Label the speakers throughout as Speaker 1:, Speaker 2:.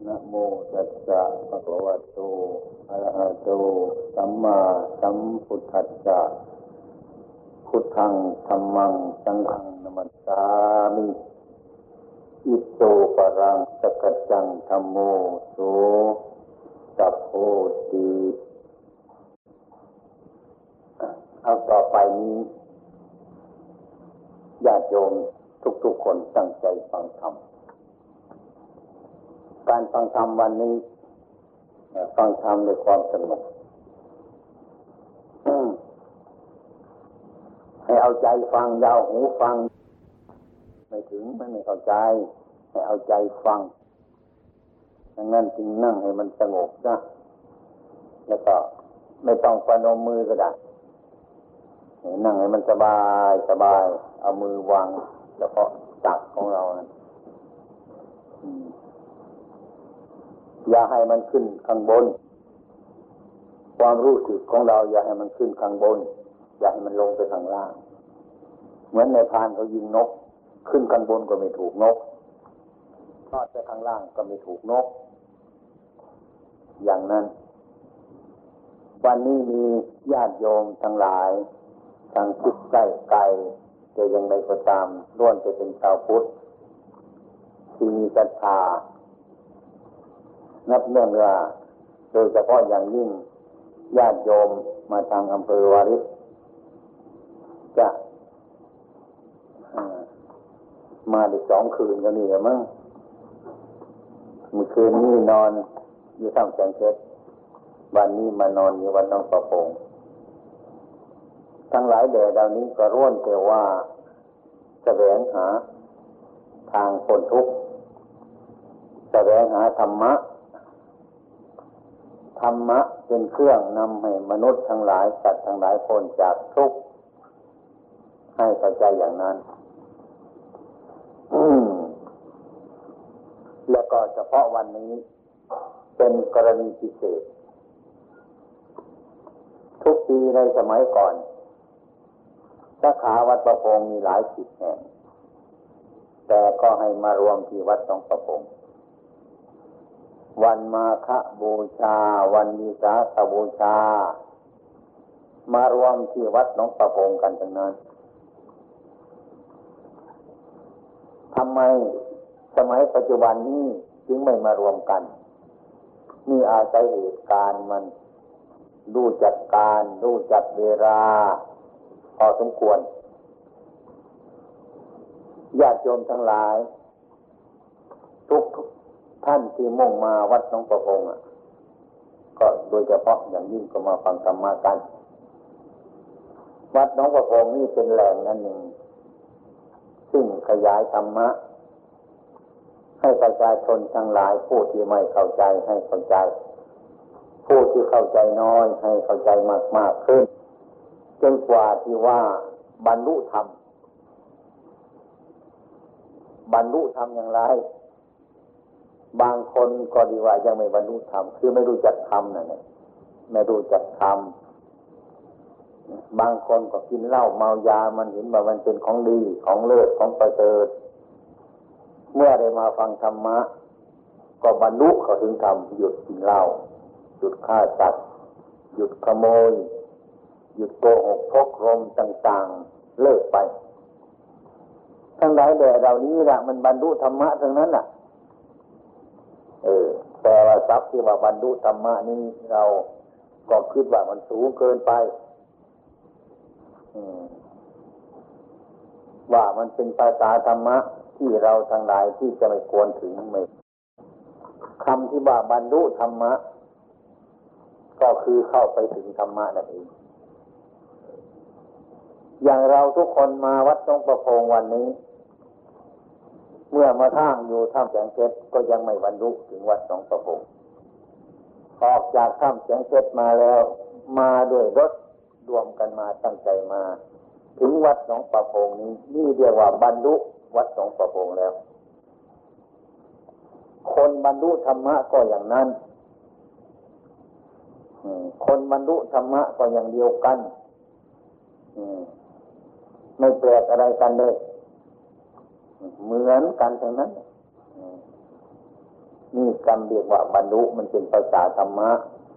Speaker 1: นะโมตัสสะภะคะวะโตอะระหะโตสัมมาสัมพุทธัสสะพุทธังธัมมังสังฆังนะมัสสามิอิโตปะรังสกัจจังธัมโมโสสัพโพติเอาต่อไปนี้ญาติโยมทุกๆคนตั้งใจฟังธรรมการฟังธรรมวันนี้ฟังธรรมด้วยความสงบให้เอาใจฟังยาวหูฟังไม่ถึงไม่เข้าใจให้เอาใจฟังดังนั้นจึงนั่งให้มันสงบนะแล้วก็ไม่ต้องประนมมือก็ได้นั่งให้มันสบายสบายเอามือวางเฉพาะตักของเรานะอย่าให้มันขึ้นข้างบนความรู้สึกของเราอย่าให้มันขึ้นข้างบนอย่าให้มันลงไปข้างล่างเหมือนในพานเขายิงนกขึ้นข้างบนก็ไม่ถูกนกทอดไปข้างล่างก็ไม่ถูกนกอย่างนั้นวันนี้มีญาติโยมทั้งหลายทางจิตใกล้ไกลจะยังไงก็ตามล้วนจะเป็นชาวพุทธที่มีศรัทธานับเนื่องว่าโดยเฉพาะอย่างยิ่งญาติโยมมาทางอำเภอวาริศจะมาได้2 คืนก็นี่แหละมั้งเมื่อคืนนี้นอนอยู่ท่ามแสงเพชรวันนี้มานอนอยู่วัดหนองประพงทั้งหลายแด่เหล่านี้ก็ร่วนแต่ว่าแสวงหาทางพ้นทุกข์แสวงหาธรรมะธรรมะเป็นเครื่องนำให้มนุษย์ทั้งหลายสัตว์ทั้งหลายพ้นจากทุกข์ให้เข้าใจอย่างนั้นแล้วก็เฉพาะวันนี้เป็นกรณีพิเศษทุกปีในสมัยก่อนสาขาวัดประพงมีหลาย10 แห่งแต่ก็ให้มารวมที่วัดหนองประพงวันมาฆบูชาวันวิสาขบูชามารวมที่วัดหนองประพงกันทั้งนั้นทำไมสมัยปัจจุบันนี้จึงไม่มารวมกันมีอาศัยเหตุการณ์มันรู้จักการรู้จักเวลาพอสมควรญาติโยมทั้งหลายทุกท่านที่มุ่งมาวัดหนองประพงก็โดยเฉพาะอย่างยิ่งก็มาฟังธรรมะกันวัดหนองประพงนี่เป็นแหล่งนั่นหนึ่งซึ่งขยายธรรมะให้ประชาชนทั้งหลายผู้ที่ไม่เข้าใจให้เข้าใจผู้ที่เข้าใจน้อยให้เข้าใจมากๆขึ้นจนกว่าที่ว่าบรรลุธรรมอย่างไรบางคนก็ดีว่ายังไม่บรรลุธรรมคือไม่รู้จักธรรมนั่นแหละไม่รู้จักธรรมบางคนก็กินเหล้าเมายามันเห็นว่ามันเป็นของดีของเลิศของประเสริฐเมื่อได้มาฟังธรรมะก็บรรลุเข้าถึงธรรมหยุดกินเหล้าหยุดฆ่าสัตว์หยุดขโมยหยุดโกหกพกลมต่างๆเลิกไปทั้งหลายแด่เหล่านี้ล่ะมันบรรลุธรรมะทั้งนั้นน่ะแต่ว่าทรัพย์ที่ว่าบรรลุธรรมะนี้เราก็คิดว่ามันสูงเกินไปว่ามันเป็นภาษาธรรมะที่เราทั้งหลายที่จะไม่ควรถึงไม่คำที่ว่าบรรลุธรรมะก็คือเข้าไปถึงธรรมะนั่นเองอย่างเราทุกคนมาวัดหนองประพงวันนี้เมื่อมาท่างอยู่ถ้ำแสงเพชรก็ยังไม่บรรลุถึงวัดหนองประพงออกจากถ้ำแสงเพชรมาแล้วมาด้วยรถรวมกันมาตั้งใจมาถึงวัดหนองประพงนี่เรียกว่าบรรลุวัดหนองประพงแล้วคนบรรลุธรรมะก็อย่างนั้นคนบรรลุธรรมะก็อย่างเดียวกันไม่แปลกอะไรกันเลยเหมือนกันทั้งนั้นนี่คำเรียกว่าบรรลุมันเป็นภาษาธรรมะ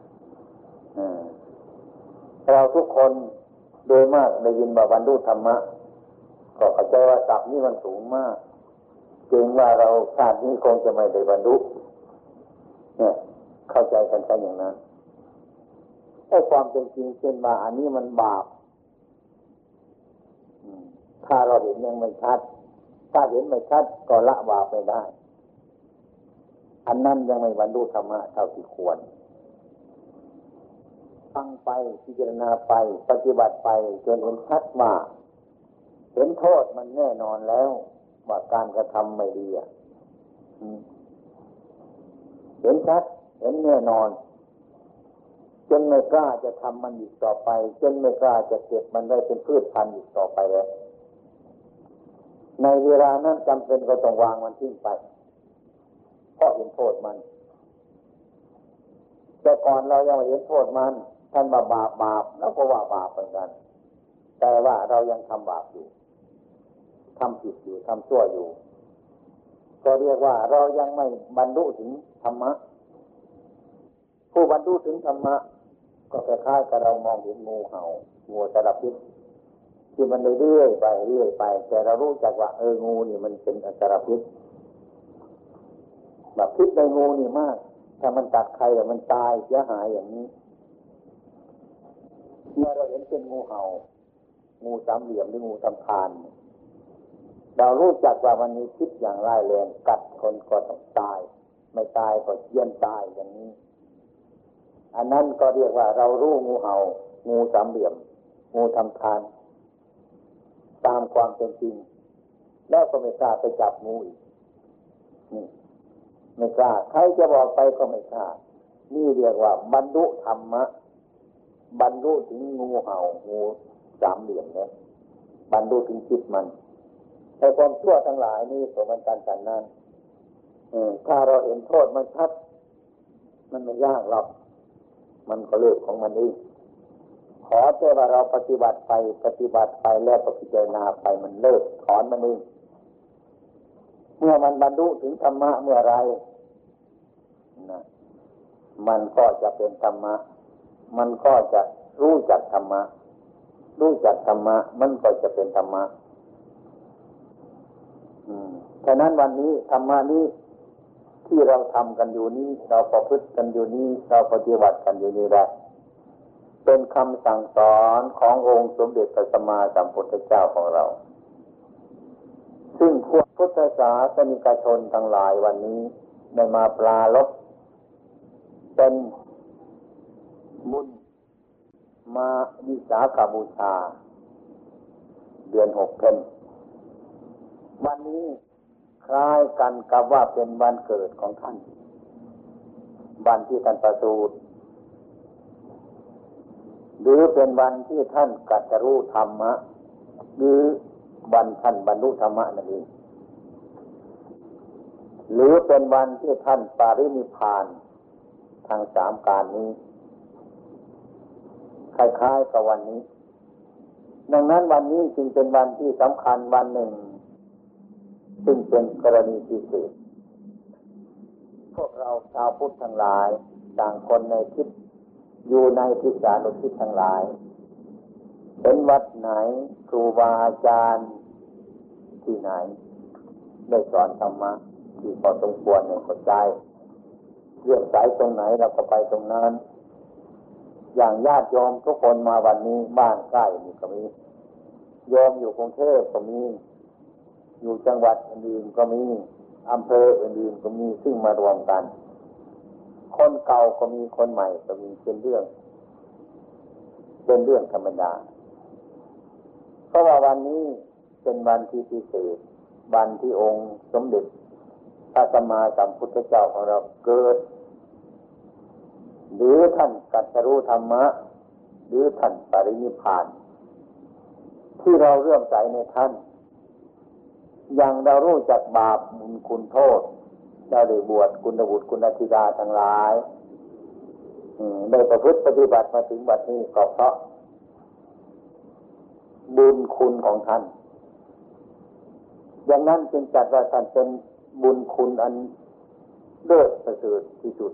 Speaker 1: เราทุกคนโดยมากได้ยินว่าบรรลุธรรมะก็เข้าใจว่าศัพท์นี้มันสูงมากเกรงว่าเราชาตินี้คงจะไม่ได้บรรลุเนี่ยเข้าใจกันแค่อย่างนั้นแต่ความเป็นจริงเช่นว่าอันนี้มันบาปถ้าเราเห็นยังไม่ชัดถ้าเห็นไม่ชัดก็ละบาปไม่ได้อันนั้นยังไม่บรรลุธรรมะเท่าที่ควรฟังไปพิจารณาไปปฏิบัติไปจนเห็นชัดว่าเห็นโทษมันแน่นอนแล้วว่าการกระทำไม่ดีเห็นชัดเห็นแน่นอนจนไม่กล้าจะทำมันอีกต่อไปจนไม่กล้าจะเก็บมันไว้เป็นพืชพันธุ์อีกต่อไปแล้วในเวลานั้นจำเป็นก็ต้องวางมันทิ้งไปเพราะเห็นโทษมันแต่ก่อนเรายังไม่เห็นโทษมันท่านว่าบาปแล้วก็ว่าบาปเหมือนกันแต่ว่าเรายังทำบาปอยู่ทำผิดอยู่ทำชั่วอยู่ก็เรียกว่าเรายังไม่บรรลุถึงธรรมะผู้บรรลุถึงธรรมะก็คล้ายๆกับเรามองเห็นงูเห่างูสารพิษที่มันเรื่อยไปแต่เรารู้จักว่างูนี่มันเป็นสารพิษแบบพิษในงูนี่มากถ้ามันกัดใครแล้วมันตายเสียหายอย่างนี้เมื่อเราเห็นเป็นงูเห่างูสามเหลี่ยมหรืองูสำคาญเรารู้จักว่ามันมีพิษอย่างร้ายแรงกัดคนก็ต้องตายไม่ตายก็เยี่ยนตายอย่างนี้อันนั้นก็เรียกว่าเรารู้งูเห่างูสามเหลี่ยมงูทำคาญตามความเป็นจริงแล้วก็ไม่กล้าไปจับงูอีกนี่ไม่กล้าใครจะบอกไปก็ไม่กล้านี่เรียกว่าบรรลุธรรมะบรรลุถึงงูเห่างูสามเหลี่ยมเนี่ยบรรลุถึงจิตมันแต่ความชั่วทั้งหลายนี่ก็เหมือนกันฉันนั้นถ้าเราเห็นโทษมันชัดมันไม่ยากหรอกมันก็เลิกของมันเองขอแต่ว่าเราปฏิบัติไปแล้วก็พิจารณาไปมันเลิกถอนมันเองเมื่อมันบรรลุถึงธรรมะเมื่อไรนะมันก็จะเป็นธรรมะมันก็จะรู้จักธรรมะรู้จักธรรมะมันก็จะเป็นธรรมะฉะนั้นวันนี้ธรรมะนี้ที่เราทำกันอยู่นี้เราประพฤติกันอยู่นี้เราปฏิบัติกันอยู่นี้แหละเป็นคำสั่งสอนขององค์สมเด็จพระสัมมาสัมพุทธเจ้าของเราซึ่งพวกพุทธศาสนิกชนทั้งหลายวันนี้ได้มาปรารภเป็นบุญมาวิสาขบูชาเดือน6 เพ็ญวันนี้คล้ายกันกับว่าเป็นวันเกิดของท่านวันที่ท่านประสูติหรือเป็นวันที่ท่านตรัสรู้ธรรมะหรือวันท่านบรรลุธรรมะนั่นเองหรือเป็นวันที่ท่านปรินิพพานทั้ง3การนี้คล้ายๆกับวันนี้ดังนั้นวันนี้จึงเป็นวันที่สำคัญวันหนึ่งซึ่งเป็นกรณีพิเศษพวกเราชาวพุทธทั้งหลายต่างคนในทิศอยู่ในทิศานุทิศทั้งหลายเป็นวัดไหนครูบาอาจารย์ที่ไหนได้สอนธรรมะที่พอสมควรในเข้าใจเรื่องสายตรงไหนเราก็ไปตรงนั้นอย่างญาติโยมทุกคนมาวันนี้บ้านใกล้นี่ก็มีโยมอยู่กรุงเทพก็มีอยู่จังหวัดอื่นๆก็มีอำเภออื่นๆก็มีซึ่งมารวมกันคนเก่าก็มีคนใหม่ก็มีเป็นเรื่องธรรมดาเพราะว่าวันนี้เป็นวันที่พิเศษวันที่องค์สมเด็จพระสัมมาสัมพุทธเจ้าของเราเกิดหรือท่านตรัสรู้ธรรมะหรือท่านปรินิพพานที่เราเลื่อมใสในท่านอย่างเรารู้จักบาปบุญคุณโทษเราได้บวชคุณบุตรคุณธิดาทั้งหลายได้ประพฤติปฏิบัติมาถึงบัดนี้ก็เพราะบุญคุณของท่านอย่างนั้นจึงจัดว่าท่านเป็นบุญคุณอันเลิศประเสริฐที่สุด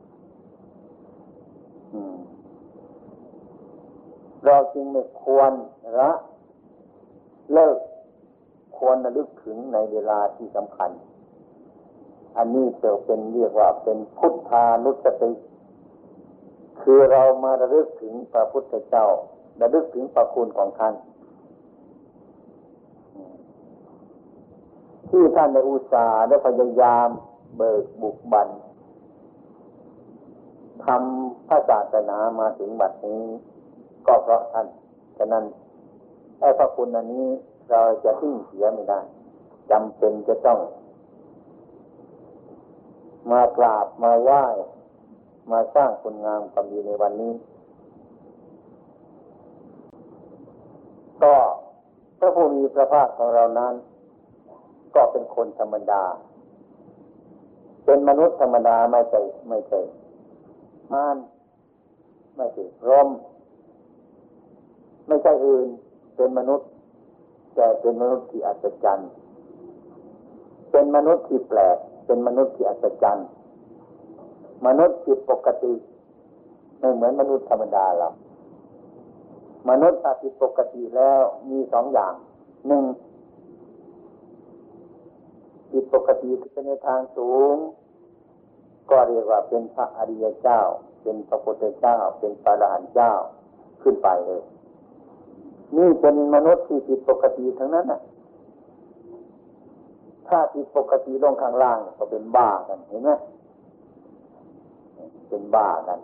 Speaker 1: เราจึงไม่ควรละเลิกควรระลึกถึงในเวลาที่สำคัญอันนี้จะเป็นเรียกว่าเป็นพุทธานุสติคือเรามาระลึกถึงพระพุทธเจ้าระลึกถึงพระคุณของท่านที่ท่านได้อุตส่าห์ได้พยายามเบิกบุกบันทำพระศาสนามาถึงบัดนี้ก็เพราะท่านฉะนั้นไอ้พระคุณอันนี้เราจะทิ้งเสียไม่ได้จำเป็นจะต้องมากราบมาไหว้มาสร้างคุณงามความดีในวันนี้ก็พระผู้มีพระภาคของเรานั้นก็เป็นคนธรรมดาเป็นมนุษย์ธรรมดาไม่ใช่มารไม่ใช่พรหมไม่ใช่อื่นเป็นมนุษย์แต่เป็นมนุษย์ที่อัศจรรย์เป็นมนุษย์ที่แปลกเป็นมนุษย์ที่อัศจรรย์มนุษย์ผิดปกติไม่เหมือนมนุษย์ธรรมดาหรอกมนุษย์ถ้าผิดปกติแล้วมีสองอย่างหนึ่งผิดปกติคือในทางสูงก็เรียกว่าเป็นพระอริยเจ้าเป็นพระพุทธเจ้าเป็นพระอรหันต์เจ้าขึ้นไปเลยนี่เป็นมนุษย์ที่ผิดปกติทั้งนั้นน่ะถ้าผิดปกติลงข้างล่างก็เป็นบ้ากันเห็นไหมเป็นบ้ากัน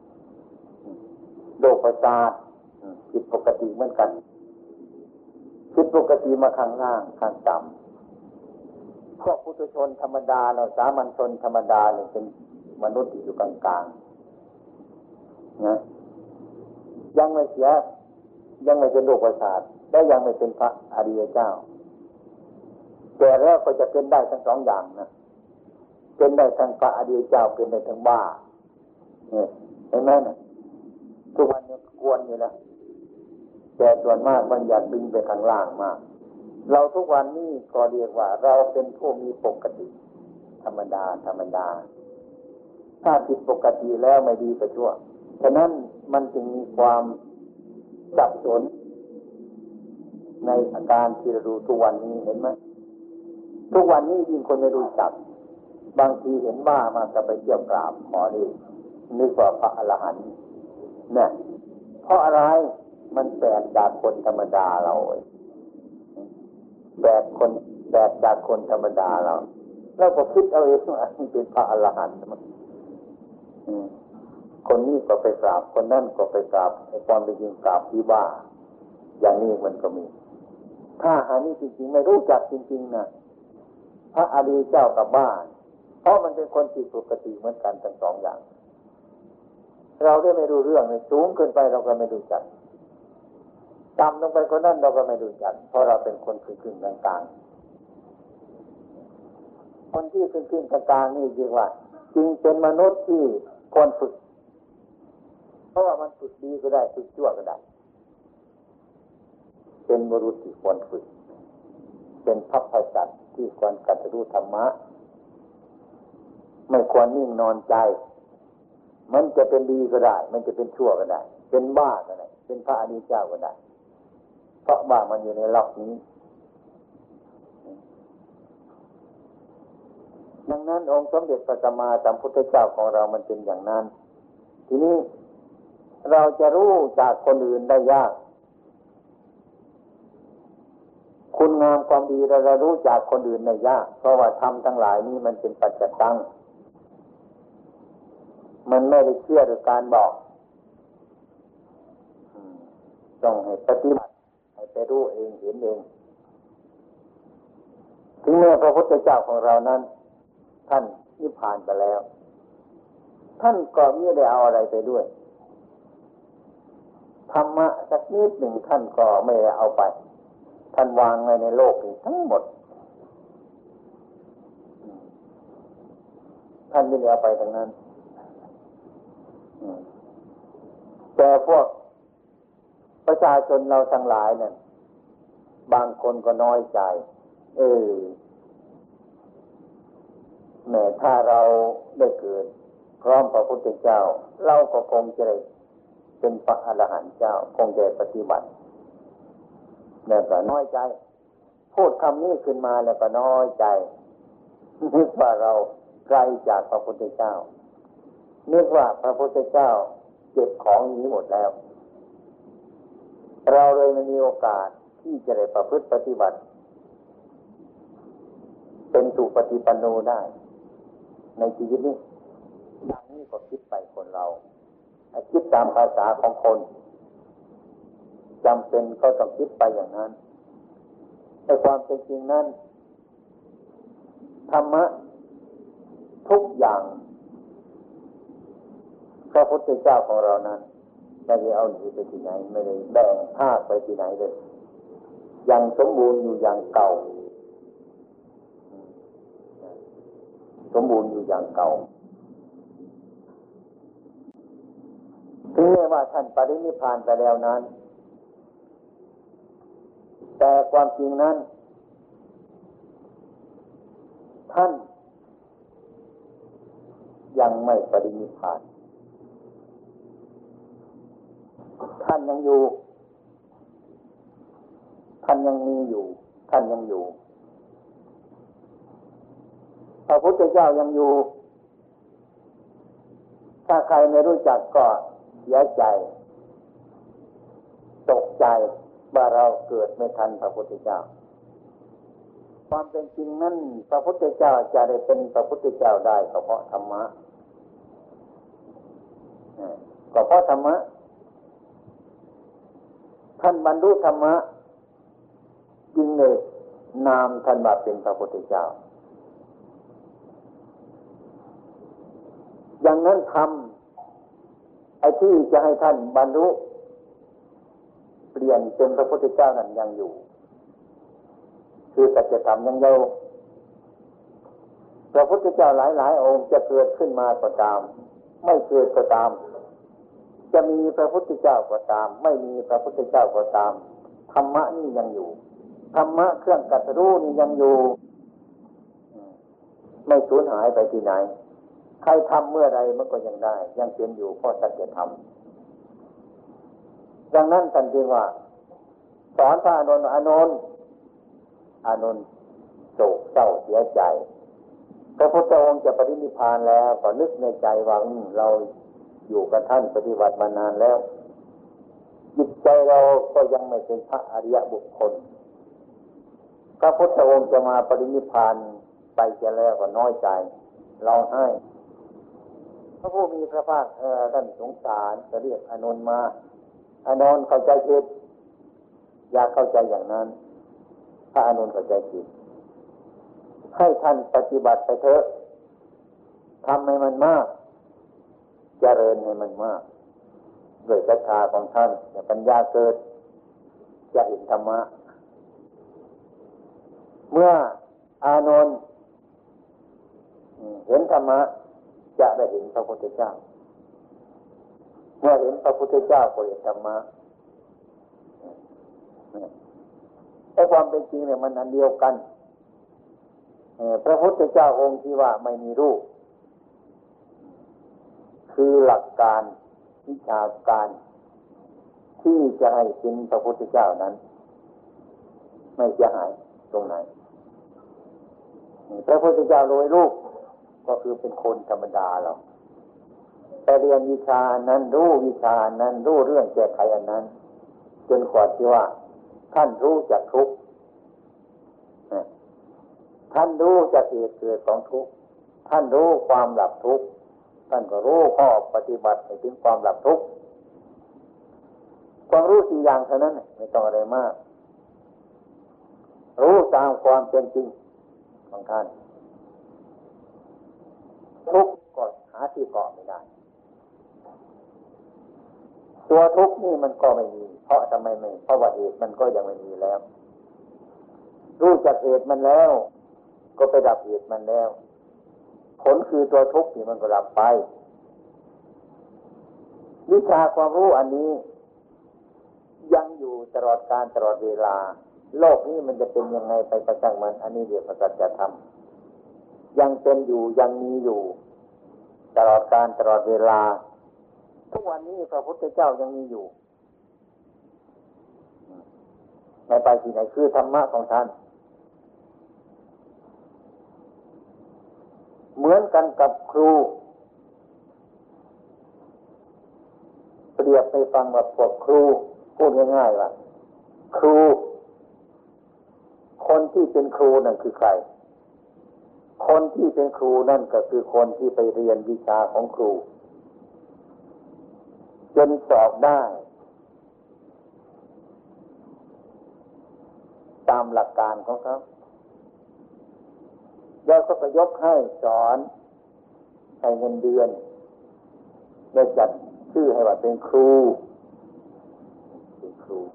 Speaker 1: โรคประสาทผิดปกติเหมือนกันผิดปกติมาข้างล่างข้างต่ำพวกปุถุชนธรรมดาเราสามัญชนธรรมดาเนี่ยเป็นมนุษย์ที่อยู่กลางๆนะยังไม่เสียยังไม่เป็นโรคประสาทและยังไม่เป็นพระอริยเจ้าแต่แล้วก็จะเป็นได้ทั้งสองอย่างนะเป็นได้ทั้งพระอริยเจ้าเป็นได้ทั้งบ้าเนี่ยเห็นไหมนะทุกวันนี้กวนอยู่นะแต่ส่วนมากมันอยากดึงไปข้างล่างมากเราทุกวันนี้ก็เรียกว่าเราเป็นผู้มีปกติธรรมดาถ้าผิดปกติแล้วไม่ดีไปชั่วฉะนั้นมันจึงมีความสับสนในอาการที่เราดูทุกวันนี้เห็นไหมทุกวันนี้ยิ่งคนไม่รู้จักบางทีเห็นว่ามาจะไปเที่ยวกราบขอดีนึกว่าพระอรหันต์เนี่ยเพราะอะไรมันแปลกจากคนธรรมดาเราแปลกจากคนธรรมดาเราก็คิดเอาเองว่าเป็นพระอรหันต์มันคนนี้ก็ไปกราบคนนั่นก็ไปกราบไอ้ความเป็นจริงกราบที่บ้าอย่างนี้มันก็มีถ้าอันนี้จริงๆไม่รู้จักจริงๆนะพระอริยเจ้ากับบ้าเพราะมันเป็นคนผิดปกติเหมือนกันทั้งสองอย่างเราได้ไม่รู้เรื่องเลยสูงขึ้นไปเราก็ไม่รู้จักต่ำลงไปคนนั้นเราก็ไม่รู้จักเพราะเราเป็นคนครึ่งๆกลางๆคนที่ครึ่งๆกลางๆนี่จริงว่าจริงเป็นมนุษย์ที่ควรฝึกเพราะว่ามันฝึกดีก็ได้ฝึกชั่วก็ได้เป็นบุรุษที่ควรฝึกเป็นพระพสัตว์ที่ควรกัตรู้ธรรมะไม่ควรนิ่งนอนใจมันจะเป็นดีก็ได้มันจะเป็นชั่วก็ได้เป็นบ้าก็ได้เป็นพระอริยเจ้าก็ได้เพราะว่ามันอยู่ในล็อกนี้ดังนั้นองค์สมเด็จพระสัมมาสัมพุทธเจ้าของเรามันเป็นอย่างนั้นทีนี้เราจะรู้จากคนอื่นได้ยากคุณงามความดีเรารู้จากคนอื่นได้ยากเพราะว่าธรรมทั้งหลายนี้มันเป็นปัจจตังมันไม่ได้เชื่อโดยการบอกต้องให้ปฏิบัติให้ไปรู้เองเห็นเองถึงแม้พระพุทธเจ้าของเรานั้นท่านนิพพานไปแล้วท่านก็ไม่ได้เอาอะไรไปด้วยธรรมะสักนิดหนึ่งท่านก็ไม่ได้เอาไปท่านวางไว้ในโลกนี้ทั้งหมดท่านไม่ได้เอาไปทั้งนั้นแต่พวกประชาชนเราทั้งหลายเนี่ยบางคนก็น้อยใจแม้ถ้าเราได้เกิดพร้อมพระพุทธเจ้าเราก็คงจะได้เป็นพระอรหันต์เจ้าคงจะปฏิบัติแล้วก็น้อยใจพูดคำนี้ขึ้นมาแล้วก็น้อยใจนึกว่าเราไกลจากพระพุทธเจ้านึกว่าพระพุทธเจ้าเก็บของนี้หมดแล้วเราเลยไม่มีโอกาสที่จะได้ประพฤติปฏิบัติเป็นสุปฏิปันโนได้ในชีวิตนี้อย่างนี้ก็คิดไปคนเราคิดตามภาษาของคนจำเป็นก็ต้องคิดไปอย่างนั้นในความเป็นจริงนั้นธรรมะทุกอย่างพระพุทธเจ้าของเรานั้นไม่ได้เอาหนีไปที่ไหนไม่ได้แบ่งภาคไปที่ไหนเลยยังสมบูรณ์อยู่อย่างเก่าสมบูรณ์อยู่อย่างเก่าถึงแม้ว่าท่านปรินิพพานไปแล้วนั้นแต่ความจริงนั้นท่านยังไม่ปรินิพพานท่านยังอยู่ท่านยังมีอยู่ท่านยังอยู่พระพุทธเจ้ายังอยู่ถ้าใครไม่รู้จักก็เสียใจตกใจว่าเราเกิดไม่ทันพระพุทธเจ้าความเป็นจริงนั้นพระพุทธเจ้าจะได้เป็นพระพุทธเจ้าได้ก็เพราะธรรมะก็เพราะธรรมะท่านบรรลุธรรมะจริงเลยนามท่านว่าเป็นพระพุทธเจ้าอย่างนั้นทำไอ้ที่จะให้ท่านบรรลุเปลี่ยนเป็นพระพุทธเจ้านั้นยังอยู่คือสัจธรรมยังอยู่พระพุทธเจ้าหลายๆองค์จะเกิดขึ้นมาก็ตามไม่เกิดก็ตามจะมีพระพุทธเจ้าก็ตามไม่มีพระพุทธเจ้าก็ตามธรรมะนี่ยังอยู่ธรรมะเครื่องตรัสรู้นี่ยังอยู่ไม่สูญหายไปที่ไหนใครทำเมื่อไรมันก็ยังได้ยังเป็นอยู่เพราะสัจธรรมดังนั้นท่านจึงว่าสอนพระอานนท์อานนท์โศกเศร้าเสียใจพระพุทธองค์จะปรินิพพานแล้วก็นึกในใจว่าเราอยู่กับท่านปฏิบัติมานานแล้วจิตใจเราก็ยังไม่เป็นพระอริยบุคคลพระพุทธองค์จะมาปรินิพพานไปจะแล้วก็น้อยใจร้องไห้พระผู้มีพระภาคท่านสงสารจะเรียกอานนท์มาอานนท์เข้าใจผิดอย่าเข้าใจอย่างนั้นพระอานนท์เข้าใจผิดให้ท่านปฏิบัติไปเถอะทำให้มันมากเจริญให้มันมากด้วยศรัทธาของท่านอย่าปัญญาเกิดจะเห็นธรรมะเมื่ออานนท์เห็นธรรมะจะได้เห็นพระพุทธเจ้าเมื่อเห็นพระพุทธเจ้าก็เห็นธรรมะแต่ความเป็นจริงเนี่ยมันอันเดียวกันพระพุทธเจ้าองค์ที่ว่าไม่มีรูปคือหลักการวิชาการที่จะให้เป็นพระพุทธเจ้านั้นไม่เสียหายตรงไหนพระพุทธเจ้าโดยรูปก็คือเป็นคนธรรมดาเราแต่เรียนวิชานั้นรู้วิชานั้นรู้เรื่องแก้ไขอันนั้นจนกว่าที่ว่าท่านรู้จักทุกข์ท่านรู้จักเหตุเกิดของทุกข์ท่านรู้ความดับทุกข์ท่านก็รู้ข้อปฏิบัติให้ถึงความดับทุกข์ความรู้4อย่างเท่านั้นไม่ต้องอะไรมากรู้ตามความเป็นจริงของท่านทุกข์ก็หาที่เกาะไม่ได้ตัวทุกข์นี่มันก็ไม่มีเพราะทำไมไม่เพราะว่าเหตุมันก็ยังไม่มีแล้วรู้จักเหตุมันแล้วก็ไปดับเหตุมันแล้วผลคือตัวทุกข์นี่มันก็ดับไปวิชาความรู้อันนี้ยังอยู่ตลอดกาลตลอดเวลาโลกนี้มันจะเป็นยังไงไปประจังมันอันนี้เรียกว่าสัจธรรมยังเป็นอยู่ยังมีอยู่ตลอดกาลตลอดเวลาทุกวันนี้พระพุทธเจ้ายังมีอยู่ไม่ไปที่ไหนคือธรรมะของท่านเหมือนกันกับครูเปรียบไปฟังว่าพวกครูพูดง่ายๆว่าครูคนที่เป็นครูนั่นคือใครคนที่เป็นครูนั่นก็คือคนที่ไปเรียนวิชาของครูจนสอบได้ตามหลักการของเขาแล้วก็ยกให้สอนให้เงินเดือนได้จัดชื่อให้ว่าเป็นครูเป็นครู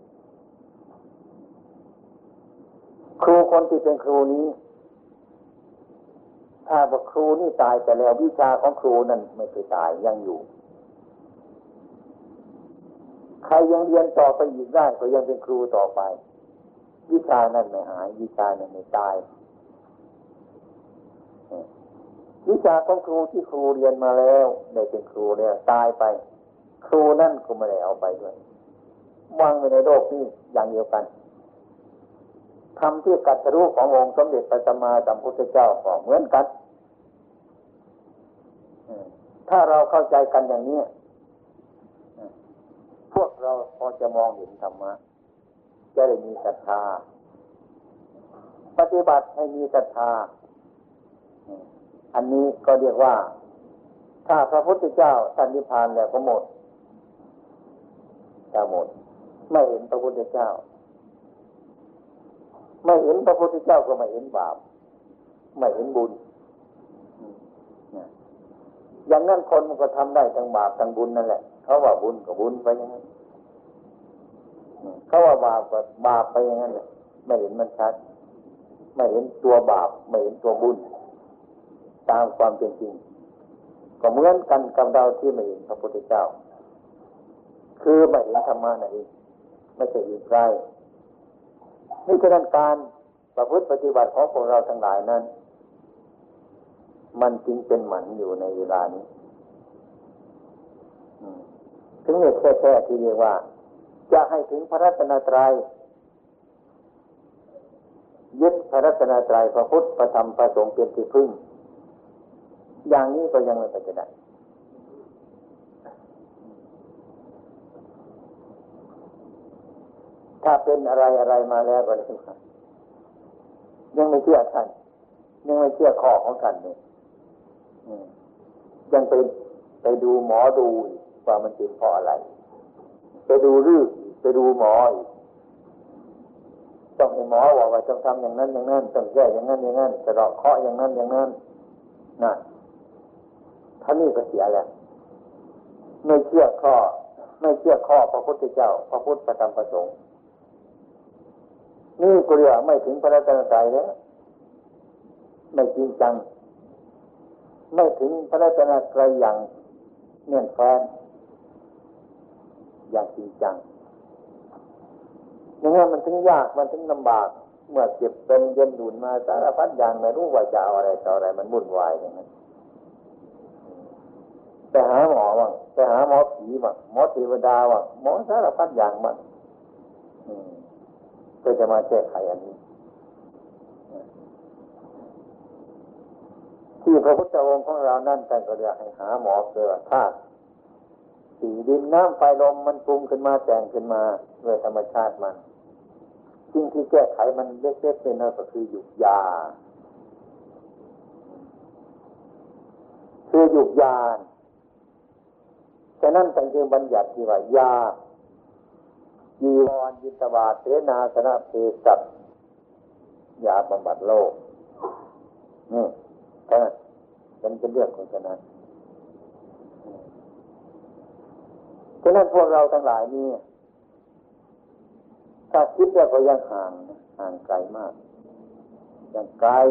Speaker 1: ครูคนที่เป็นครูนี้ถ้าว่าครูนี่ตายแต่แล้ววิชาของครูนั่นไม่เคยตายยังอยู่ใครยังเรียนต่อไปอีกได้ก็ยังเป็นครูต่อไปวิชานั้นไม่หายวิชานั้นไม่ตายวิชาของครูที่ครูเรียนมาแล้วได้เป็นครูแล้วตายไปครูนั่นก็ไม่ได้เอาไปด้วยวางไว้ในโลกนี้อย่างเดียวกันคำที่ตรัสรู้ขององค์สมเด็จพระสัมมาสัมพุทธเจ้าก็เหมือนกันถ้าเราเข้าใจกันอย่างนี้พวกเราพอจะมองเห็นธรรมะจะได้มีศรัทธาปฏิบัติให้มีศรัทธาอันนี้ก็เรียกว่าถ้าพระพุทธเจ้าท่านนิพพานแล้วก็หมดจะหมดไม่เห็นพระพุทธเจ้าไม่เห็นพระพุทธเจ้าก็ไม่เห็นบาปไม่เห็นบุญอย่างนั้นคนมันก็ทำได้ทั้งบาปทั้งบุญนั่นแหละเขาว่าบุญก็บุญไปอย่างนั้นเขาว่าบาปก็บาปไปอย่างนั้นแหละไม่เห็นมันชัดไม่เห็นตัวบาปไม่เห็นตัวบุญตามความเป็นจริงก็เหมือนกันกับเราที่ไม่เห็นพระพุทธเจ้าคือไม่เห็นธรรมะนั่นเองไม่ใช่อื่นไกลนี่คือการประพฤติปฏิบัติของพวกเราทั้งหลายนั้นมันจริงเป็นหมันอยู่ในเวลานี้ถึงเหตุแท้ๆที่เรียกว่าจะให้ถึงพระรัตนตรัยยึดพระรัตนตรัยพระพุทธพระธรรมพระสงฆ์เป็นที่พึ่งอย่างนี้ก็ยังไม่ไปจะได้ถ้าเป็นอะไรมาแล้วก็ได้ครับยังไม่เชื่อท่านยังไม่เชื่อข้อของท่านเนี่ยยังไปดูหมอดูว่ามันเป็นเพราะอะไรไปดูฤกษ์ไปดูหมออีกต้องให้หมอบอกว่าต้องทำอย่างนั้นอย่างนั้นต้องแก้อย่างนั้นอย่างนั้นจะรอเคาะอย่างนั้นอย่างนั้นนะท่านนี่ก็เสียแล้วไม่เชื่อข้อพระพุทธเจ้าพระพุทธพระธรรมพระสงฆ์นี่ก็เรียกไม่ถึงพระรัตนตรัยแล้วไม่จริงจังไม่ถึงพระรัตนตรัยอย่างแน่นแฟ้นอย่างจริงจังอย่างนั้นมันถึงยากมันถึงลำบากเมื่อเจ็บเป็นเย็นดุนมาสารพัดอย่างไม่รู้ว่าจะเอาอะไรต่ออะไรมันวุ่นวายอย่างนั้นไปหาหมอบ้างไปหาหมอผีบ้างหมอเทวดาบ้างหมอสารพัดอย่างบ้างเพื่อจะมาแก้ไขอันนี้ที่พระพุทธองค์ของเรานั่นท่านก็เรียกให้หาหมอเกิดธาตุสี่ดินน้ำไฟลมมันปรุงขึ้นมาแต่งขึ้นมาด้วยธรรมชาติมันสิ่งที่แก้ไขมันเล็กๆน้อยๆก็คือหยุกยาคือหยุกยาฉะนั้นท่านจึงบัญญัติที่ว่ายาจีวรยินตบาทเสนาสนะเภสัชยาบำบัดโรคนี่ฉะนั้นเป็นเรื่องของฉะนั้นฉะนั้นพวกเราทั้งหลายนี่ถ้าคิดแล้วก็ยังห่างไกลมากยังไกล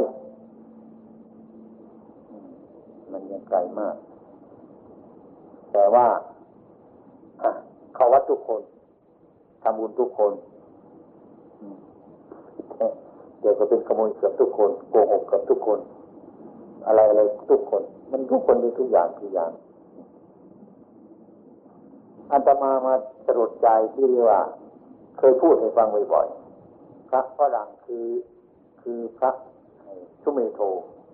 Speaker 1: มันยังไกลมากแต่ว่าเข้าวัดทุกคนทำบุญทุกคนเดี๋ยวก็เป็นขโมยเกือบทุกคนโกหกเกือบทุกคนอะไรทุกคนมันทุกคนมีทุกอย่างอาตมาสะดุดใจที่เรียกว่าเคยพูดให้ฟังบ่อยๆพระฝรั่งคือพระชุเมโท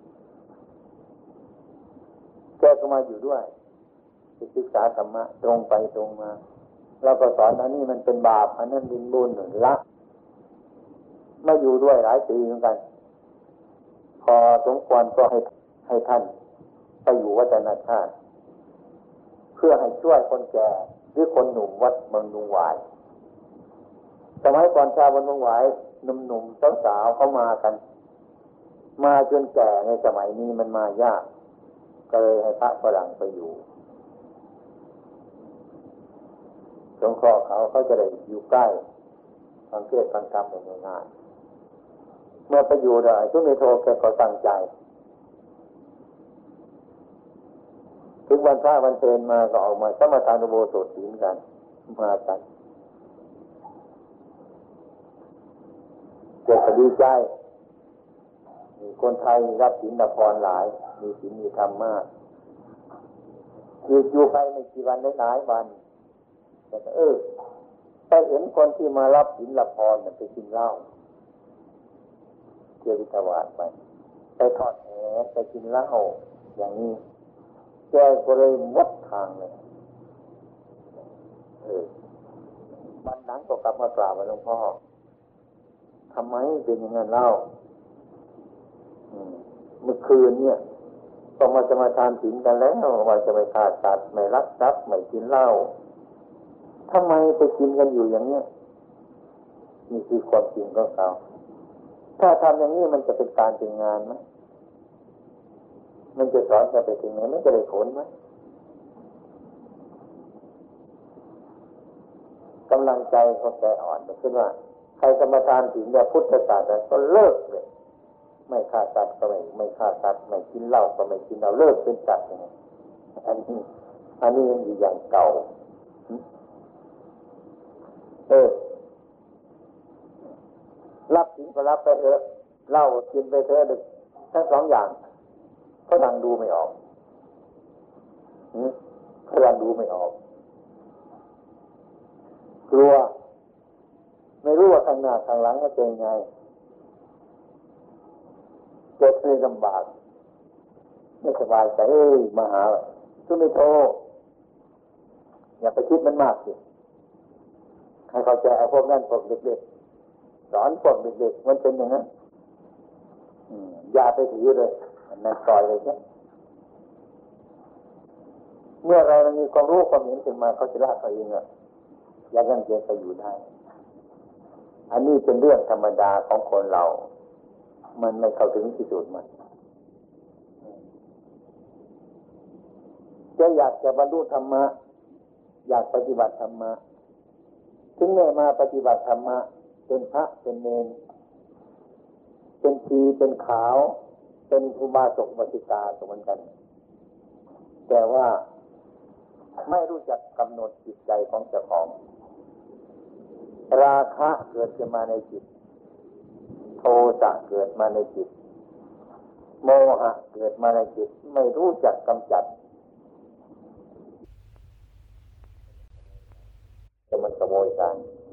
Speaker 1: แกก็มาอยู่ด้วยศึกษาธรรมะตรงไปตรงมาเราก็สอนอันนี้มันเป็นบาปอันนั้นเป็นบุญละไม่อยู่ด้วยหลายปีเหมือนกันพอสมควรก็ให้ท่านไปอยู่วัดนาชาติเพื่อให้ช่วยคนแก่หรือคนหนุ่มวัดบางนุงหวายสมัยก่อนชาวบางนุงหวายหนุ่มๆสาวๆเขามากันมาจนแก่ในสมัยนี้มันมายากก็เลยให้พระฝรั่งไปอยู่สงเคราะห์เขาจะได้อยู่ใกล้ฟังเทศน์ฟังธรรมได้ง่ายๆเมื่อไปอยู่ได้ชุเมโทแกก็ตั้งใจถึงวันพระวันเพลมาก็ออกมาสมทานอุโบสถศีลกันมากันเกิดดีใจมีคนไทยรับศีลรับพรหลายมีศีลมีธรรมมากอยู่ไปไม่กี่วันหลายวันแต่ไปเห็นคนที่มารับศีลรับพรมันไปกินเหล้าเที่ยววิทวาทไปทอดแหไปกินเหล้าอย่างนี้แกก็เลยวัดทางเลยวันหลังก็กลับมากราบหลวงพ่อทำไมเป็นอย่างนั้นเล่าเมื่อคืนเนี่ยก็มาจะมาทานศีลกันแล้วว่าจะไม่ฆ่าสัตว์ไม่ลักทรัพย์ไม่กินเหล้าทำไมไปกินกันอยู่อย่างเนี้ยนี่คือความจริงของเขาถ้าทำอย่างนี้มันจะเป็นการเป็นงานไหมมันจะสอนกันไปถึงไหนมันจะได้ผลไหมกำลังใจเขาแก่อ่อนขึ้นว่าใครจะมาทานศีลแบบพุทธศาสนาก็เลิกเลยไม่ฆ่าสัตว์ก็ไม่ฆ่าสัตว์ไม่กินเหล้าก็ไม่กินเหล้าเลิกเป็นสัตว์อย่างนี้อันนี้ยังอยู่อย่างเก่ารับศีลก็รับไปเถอะเหล้ากินไปเถอะทั้งสองอย่างเขาดังดูไม่ออกเขาดังดูไม่ออกกลัวไม่รู้ว่าข้างหน้าข้างหลังจะเป็นไงเกิดเลยลำบากไม่สบายใจมาหาชุเมโทอย่าไปคิดมันมากสิให้เข้าใจไอ้พวกนั้นพวกเด็กๆสอนพวกเด็กๆมันเป็นอย่างนั้นอย่าไปถือเลยนั่นปล่อยเลยเนี่ยเมื่อเรามีความรู้ความเห็นขึ้นมาเขาจะละเขาเองอย่างนั้นจะไปอยู่ได้อันนี้เป็นเรื่องธรรมดาของคนเรามันไม่เข้าถึงที่สุดมันจะอยากจะบรรลุธรรมะอยากปฏิบัติธรรมะถึงแม้มาปฏิบัติธรรมะเป็นพระเป็นเณรเป็นชีเป็นขาวเป็นอุบาสกอุบาสิกาเหมือนกันแต่ว่าไม่รู้จักกำหนดจิตใจของเจ้าของราคะเกิดขึ้นมาในจิตโทสะเกิดมาในจิตโมหะเกิดมาในจิตไม่รู้จักกำจัดจะมันขโมยกัน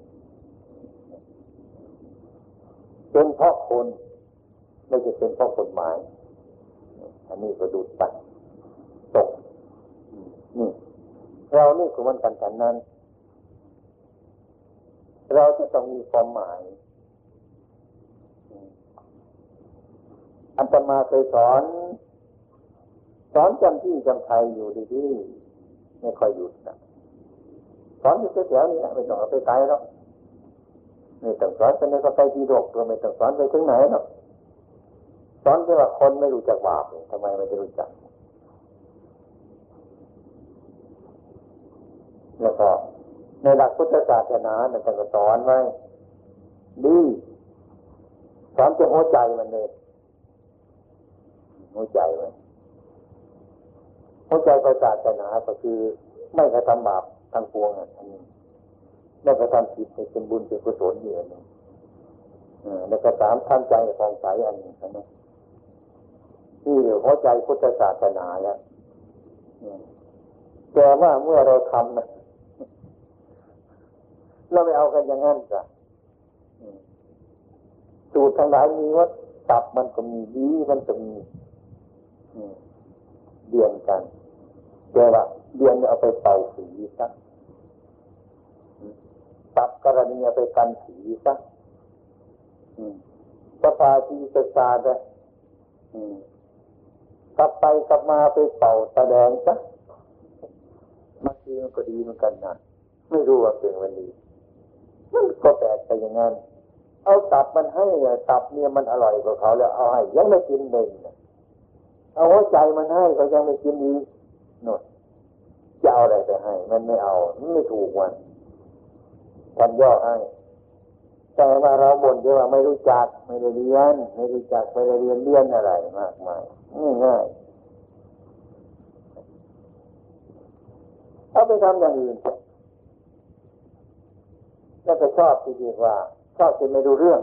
Speaker 1: เป็นเพราะคนไม่ใช่เป็นเพราะกฎหมายอันนี้ก็ดูตัดตกนี่เรานี่คือมันกันนั้นเราจะต้องมีความหมายอาตมาเคยสอนจำที่จำไทยอยู่ดีๆไม่ค่อยหยุดนะสอนอยู่แถวๆนี้นะไม่ต้องเอาไปไกลหรอกไม่ต้องสอนไปในก็ไปที่โลกตัวไม่ต้องสอนไปถึงไหนหรอกสอนแค่ว่าคนไม่รู้จักบาปทำไมไม่รู้จักแล้วก็ในหลักพุทธศาสนาเนี่ยท่านก็สอนไว้ดีสอนจนหัวใจมันเลยหัวใจมันหัวใจของศาสนาก็คือไม่กระทำบาปทางปวงอันนี้ไม่กระทำผิดเป็นบุญเป็นกุศลอยู่อันนี้แล้วก็สามทำใจของใสอันนี้นะที่หัวใจพุทธศาสนาแล้วแต่ว่าเมื่อเราทำนะเราไม่เอากันอย่างนั้นจ้ะสูตรทั้งหลายมีว่าตับมันก็มีดีมันก็มีเดียนกันแต่ว่าเดียนเอาไปเป่าสีซะตับกรณีเอาไปกันสีซะสภาที่ศึกษาเลยกลับไปกลับมาไปเป่าแสดงซะบางทีมันก็ดีเหมือนกันนะไม่รู้ว่าเป็นวันนี้มันก็แปลกไปอย่างนั้นเอาตับมันให้ตับเนี่ยมันอร่อยกว่าเขาแล้วเอาให้ยังไม่กินเลยเอาหัวใจมันให้ก็ยังไม่กินอีกโน่นจะเอาอะไรไปให้มันไม่เอามันไม่ถูกวันกันย่อให้แต่ว่าเราบ่นว่าไม่รู้จักไม่ได้เรียนไม่รู้จักไม่ได้เรียนอะไรมากมายง่ายเอาไปทำอย่างอื่นแล้วก็ชอบที่เรียกว่าชอบที่ไม่รู้เรื่อง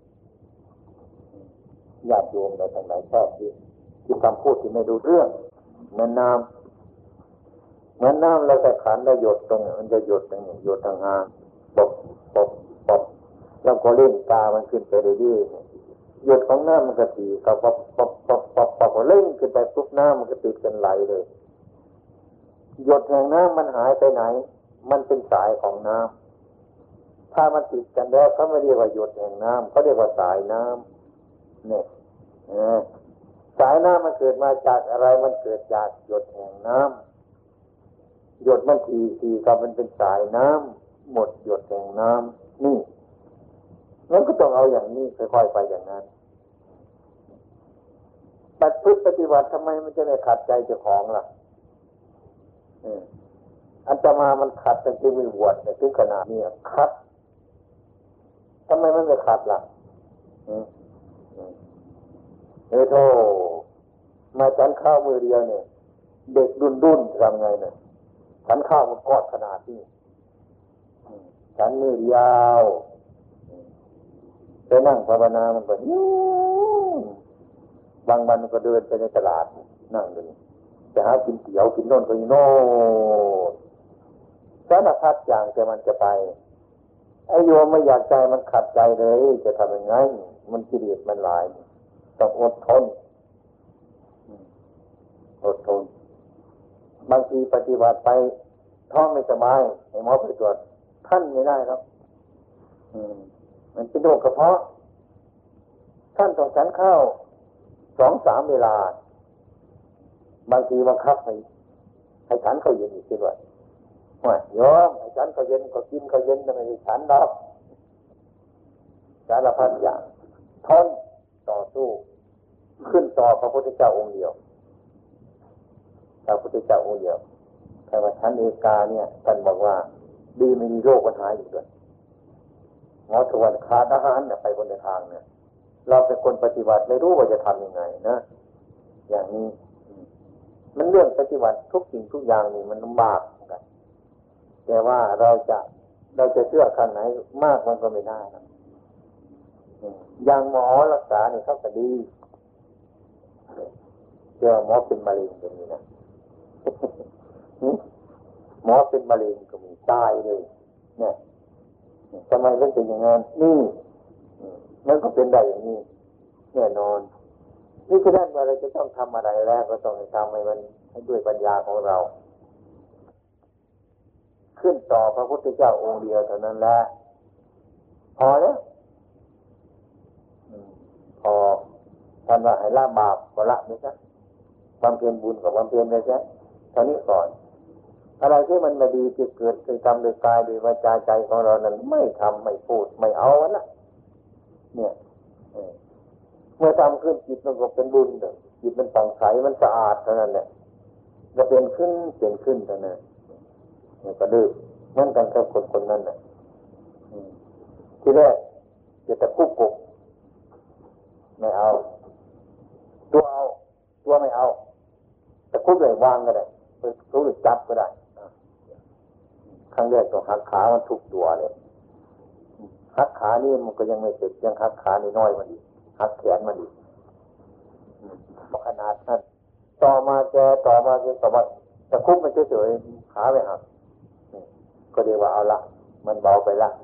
Speaker 1: ญาติโยมในทางไหนชอบที่คำพูดที่ไม่รู้เรื่องเหมือนน้ำเราใส่ขันแล้วหยดตรงนี้มันจะหยดตรงนี้หยดทางห่างปบแล้วก็เล่นตามันขึ้นไปเรื่อยๆหยดของน้ำมันก็ตีเขาปบเล่นขึ้นไปปุ๊บน้ำมันก็ติดกันไหลเลยหยดแห่งน้ำมันหายไปไหนมันเป็นสายของน้ำถ้ามันติดกันแล้วเขาไม่เรียกว่าหยดแห่งน้ำเขาเรียกว่าสายน้ำเนี่ยสายน้ำมันเกิดมาจากอะไรมันเกิดจากหยดแห่งน้ำหยดมันทีกับมันเป็นสายน้ำหมดหยดแห่งน้ำนี่งั้นก็ต้องเอาอย่างนี้ค่อยๆไปอย่างนั้นปฏิบัติทำไมมันจะไม่ขัดใจเจ้าของล่ะอาตมามันขัดตั้งแต่มีบวชในถึงขนาดนี้ขัดทำไมมันไม่ขัดล่ะโธ่มาฉันข้าวมือเดียวเนี่ยเด็กดุนทำไงเนี่ยฉันข้าวมันกอดขนาดนี้ฉันมือเดียวไปนั่งภาวนามันก็บางวันมันก็เดินไปในตลาดนั่งเลยจะหากินเตี๋ยวกินโน่นก็อยู่โน่นสารพัดอย่างแต่มันจะไปไอ้โยมไม่อยากใจมันขัดใจเลยจะทำยังไงมันกิเลสมันหลายต้องอดทนบางทีปฏิบัติไปท้องไม่สบายให้หมอไปตรวจท่านไม่ได้ครับมันเป็นโรคกระเพาะท่านต้องฉันข้าว 2-3 เวลาบางทีบังคับให้ฉันข้าวเย็นอีกด้วยว่าโยมให้ฉันข้าวเย็นก็กินข้าวเย็นแต่ไม่ได้ฉันดอกสารพัดอย่างทนต่อสู้ขึ้นต่อพระพุทธเจ้าองค์เดียวพระพุทธเจ้าองค์เดียวแต่ว่าฉันเอกาเนี่ยท่านบอกว่าดีไม่มีโรคปัญหาอีกด้วยหมอทวนขาดอาหารเนี่ยไปบนทางเนี่ยเราเป็นคนปฏิบัติไม่รู้ว่าจะทำยังไงนะอย่างนี้มันเรื่องปฏิบัติทุกสิ่งทุกอย่างนี่มันลำบากกันแต่ว่าเราจะเชื่อขั้นไหนมากมันก็ไม่ได้นะอย่างหมอรักษาเนี่ยเขาก็ดีเดี๋ยวหมอเป็นมะเร็งก็มีนะหมอเป็นมะเร็งก็มีตายเลยเนี่ยทำไมมันเป็นอย่างนั้นนี่มันก็เป็นได้อย่างนี้แน่นอนนี่คือด้านว่าเราจะต้องทำอะไรแล้วก็ต้องทำให้มันให้ด้วยปัญญาของเราขึ้นต่อพระพุทธเจ้าองค์เดียวเท่านั้นแหละพอแล้วพอท่านว่าให้ละบาปก็ละไม่ใช่ความเพียรบุญกับความเพียรไม่ใช่เท่านี้ก่อนอะไรที่มันไม่ดีจะเกิดคือทำโดยกายโดยวาจาใจของเรานั้นไม่ทำไม่พูดไม่เอาละเนี่ยเมื่อทำขึ้นจิตมันก็เป็นบุญเลยจิตมันผ่องใสมันสะอาดเท่านั้นแหละจะเป็นขึ้นเท่านั้นเนี่ยก็ดื้อนั่นกันกับคนนั้นน่ะทีแรกจะตะคุบกบไม่เอาตัวไม่เอาตะคุบเลยวางก็ได้ทุบหรือจับก็ได้ครั้งแรกต้องหักขามันทุกตัวเลยหักขานี่มันก็ยังไม่เสร็จยังหักขานี่น้อยมันดีหักแขนมันดีขนาดนั้นต่อมาแกตะคุบมันเฉยๆขาไปหักก็เรียกว่าเอาละมันเบาไปละ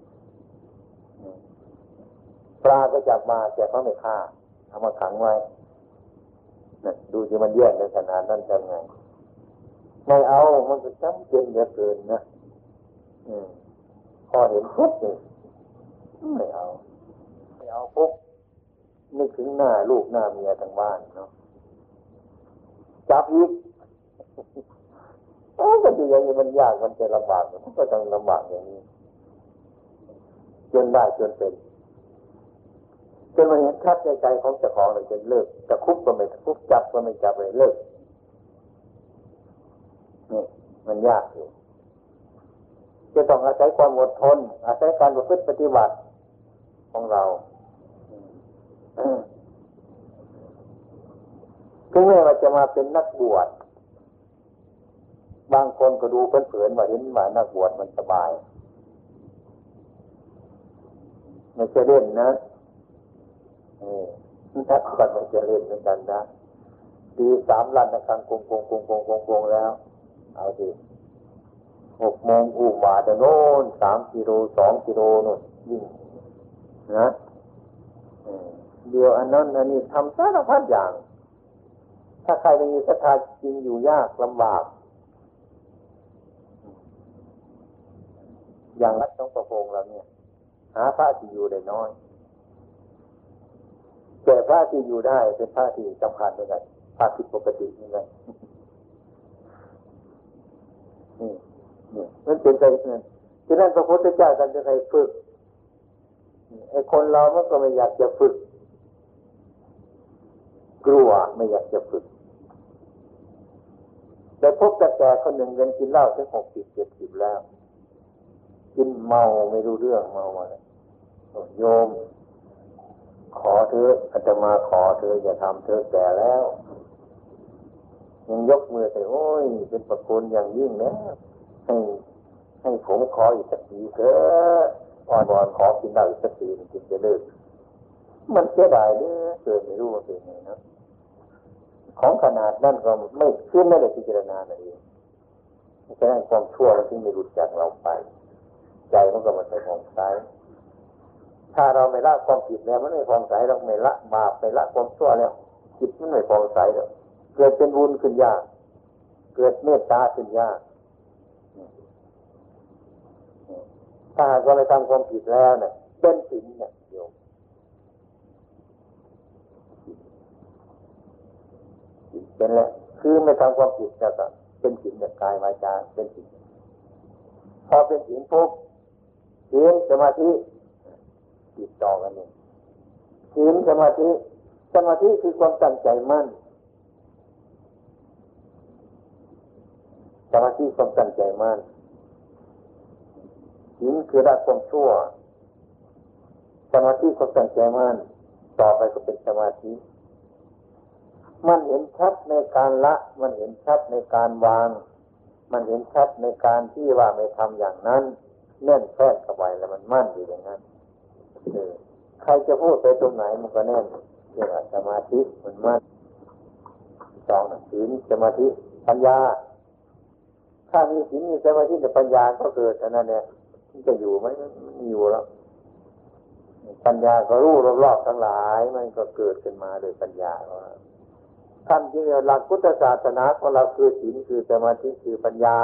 Speaker 1: ปลาก็จับมาแกเขาไม่ฆ่าเอามาขังไว้ดูสิมันแย่งกันขนาดนั้นทำไงไม่เอามันก็จำเป็นเหลือเกินนะพอเห็นปุ๊บไม่เอาปุ๊บนึกถึงหน้าลูกหน้าเมียทางบ้านเนาะจับอีกก็ดีอย่างนี้มันยากมันจะลำบากมันก็ต้องลำบากอย่างนี้จนได้จนเป็นจนมันเห็นชัดในใจของเจ้าของเลยจนเลิกจะคุบก็ไม่คุบจับก็ไม่จับเลยเลิกนี่มันยากอยู่จะต้องอาศัยความอดทนอาศัยการประพฤติปฏิบัติของเราถึงแม้ว่าจะมาเป็นนักบวชบางคนก็ดูเผินๆว่าเห็นว่านักบวชมันสบายไม่ใช่เล่นนะนักบวชมันจะเล่นเหมือนกันนะตี3 ลั่นครั้งกงแล้วเอาสิ6 โมงอุ้มบาตรโน่น3 กิโล2 กิโลโน่นยิ่งนะเดี๋ยวอันนั้นอันนี้ทำสารพัดอย่างถ้าใครไม่มีศรัทธาจริงอยู่ยากลำบากอย่างวัดหลวงปู่โพงเราเนี่ยหาพระที่อยู่ได้น้อยแต่พระที่อยู่ได้เป็นพระที่สำคัญเหมือนกันพระผิดปกติเหมือนกันนี่มันเป็นใจนั้นฉะนั้นพระพุทธเจ้าท่านจะให้ฝึกไอ้คนเรามันก็ไม่อยากจะฝึกกลัวไม่อยากจะฝึกแต่พบแต่แก่คนหนึ่งยังกินเหล้าถึง60-70แล้วกินเมาไม่รู้เรื่องเมาอะไรโยมขอเธออาตมาขอเธออย่าทำเธอแก่แล้วยังยกมือใส่โอ้ยเป็นประคุณอย่างยิ่งนะให้ผมขออีกสักทีเถอะอ่อนวอนขอกินเหล้าอีกสักทีจึงจะเลิกมันเสียดายเนี่ยเกิดไม่รู้ว่าเป็นไงนะของขนาดนั้นก็ไม่ขึ้นไม่ได้พิจารณาอะไรเองฉะนั้นความชั่วเราจึงไม่รู้จักเราไปใจมันก็มันไปผ่องใสถ้าเราไม่ละความผิดแล้วมันไม่ผ่องใสเราไม่ละบาปไม่ละความชั่วแล้วจิตมันไม่ผ่องใสแล้วเกิดเป็นบุญขึ้นยากเกิดเมตตาขึ้นยากถ้าเราไม่ทำความผิดแล้วเนี่ยเป็นศีลเนี่ยโยมเป็นแล้วคือไม่ทำความผิดแล้วก็เป็นศีลจากกายวาจาเป็นศีลพอเป็นศีลปุ๊บศีลสมาธิติดต่อกันเนี่ยศีลสมาธิคือความตั้งใจมั่นสมาธิความตั้งใจมั่นศีลคือละความชั่วสมาธิความตั้งใจมั่นต่อไปก็เป็นสมาธิมันเห็นชัดในการละมันเห็นชัดในการวางมันเห็นชัดในการที่ว่าไม่ทำอย่างนั้นแน่นแฟ้นเข้าไปแล้วมันมั่นอยู่อย่างนั้นใครจะพูดไปตรงไหนมันก็แน่นเรียกว่าสมาธิมันมั่น2ศีลสมาธิปัญญาถ้ามีศีลมีสมาธิแต่ปัญญาก็เกิดเท่านั้นเนี่ยมันจะอยู่ไหมมันอยู่แล้วปัญญาก็รู้รอบๆทั้งหลายมันก็เกิดขึ้นมาโดยปัญญาว่าท่านที่หลักพุทธศาสนาของเราคือศีลคือสมาธิคือปัญญา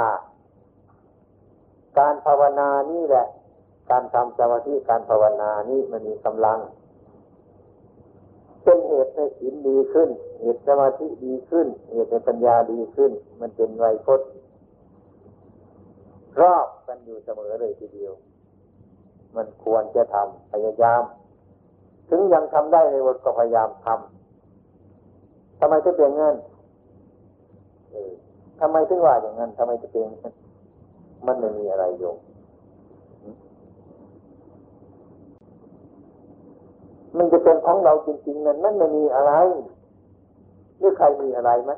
Speaker 1: การภาวนานี่แหละการทำสมาธิการภาวนานี่มันมีกำลังเป็นเหตุให้ศีลดีขึ้นเหตุสมาธิดีขึ้นเหตุให้ปัญญาดีขึ้นมันเป็นไวยพจน์รอบกันอยู่เสมอเลยทีเดียวมันควรจะทำพยายามถึงยังทำได้ในวันก็พยายามทำทำไมถึงเป็นงั้นทำไมถึงว่าอย่างนั้นทำไมถึงเป็นมันไม่มีอะไรโยมมันจะเป็นของเราจริงๆนั้นมันไม่มีอะไรหรือใครมีอะไรไหม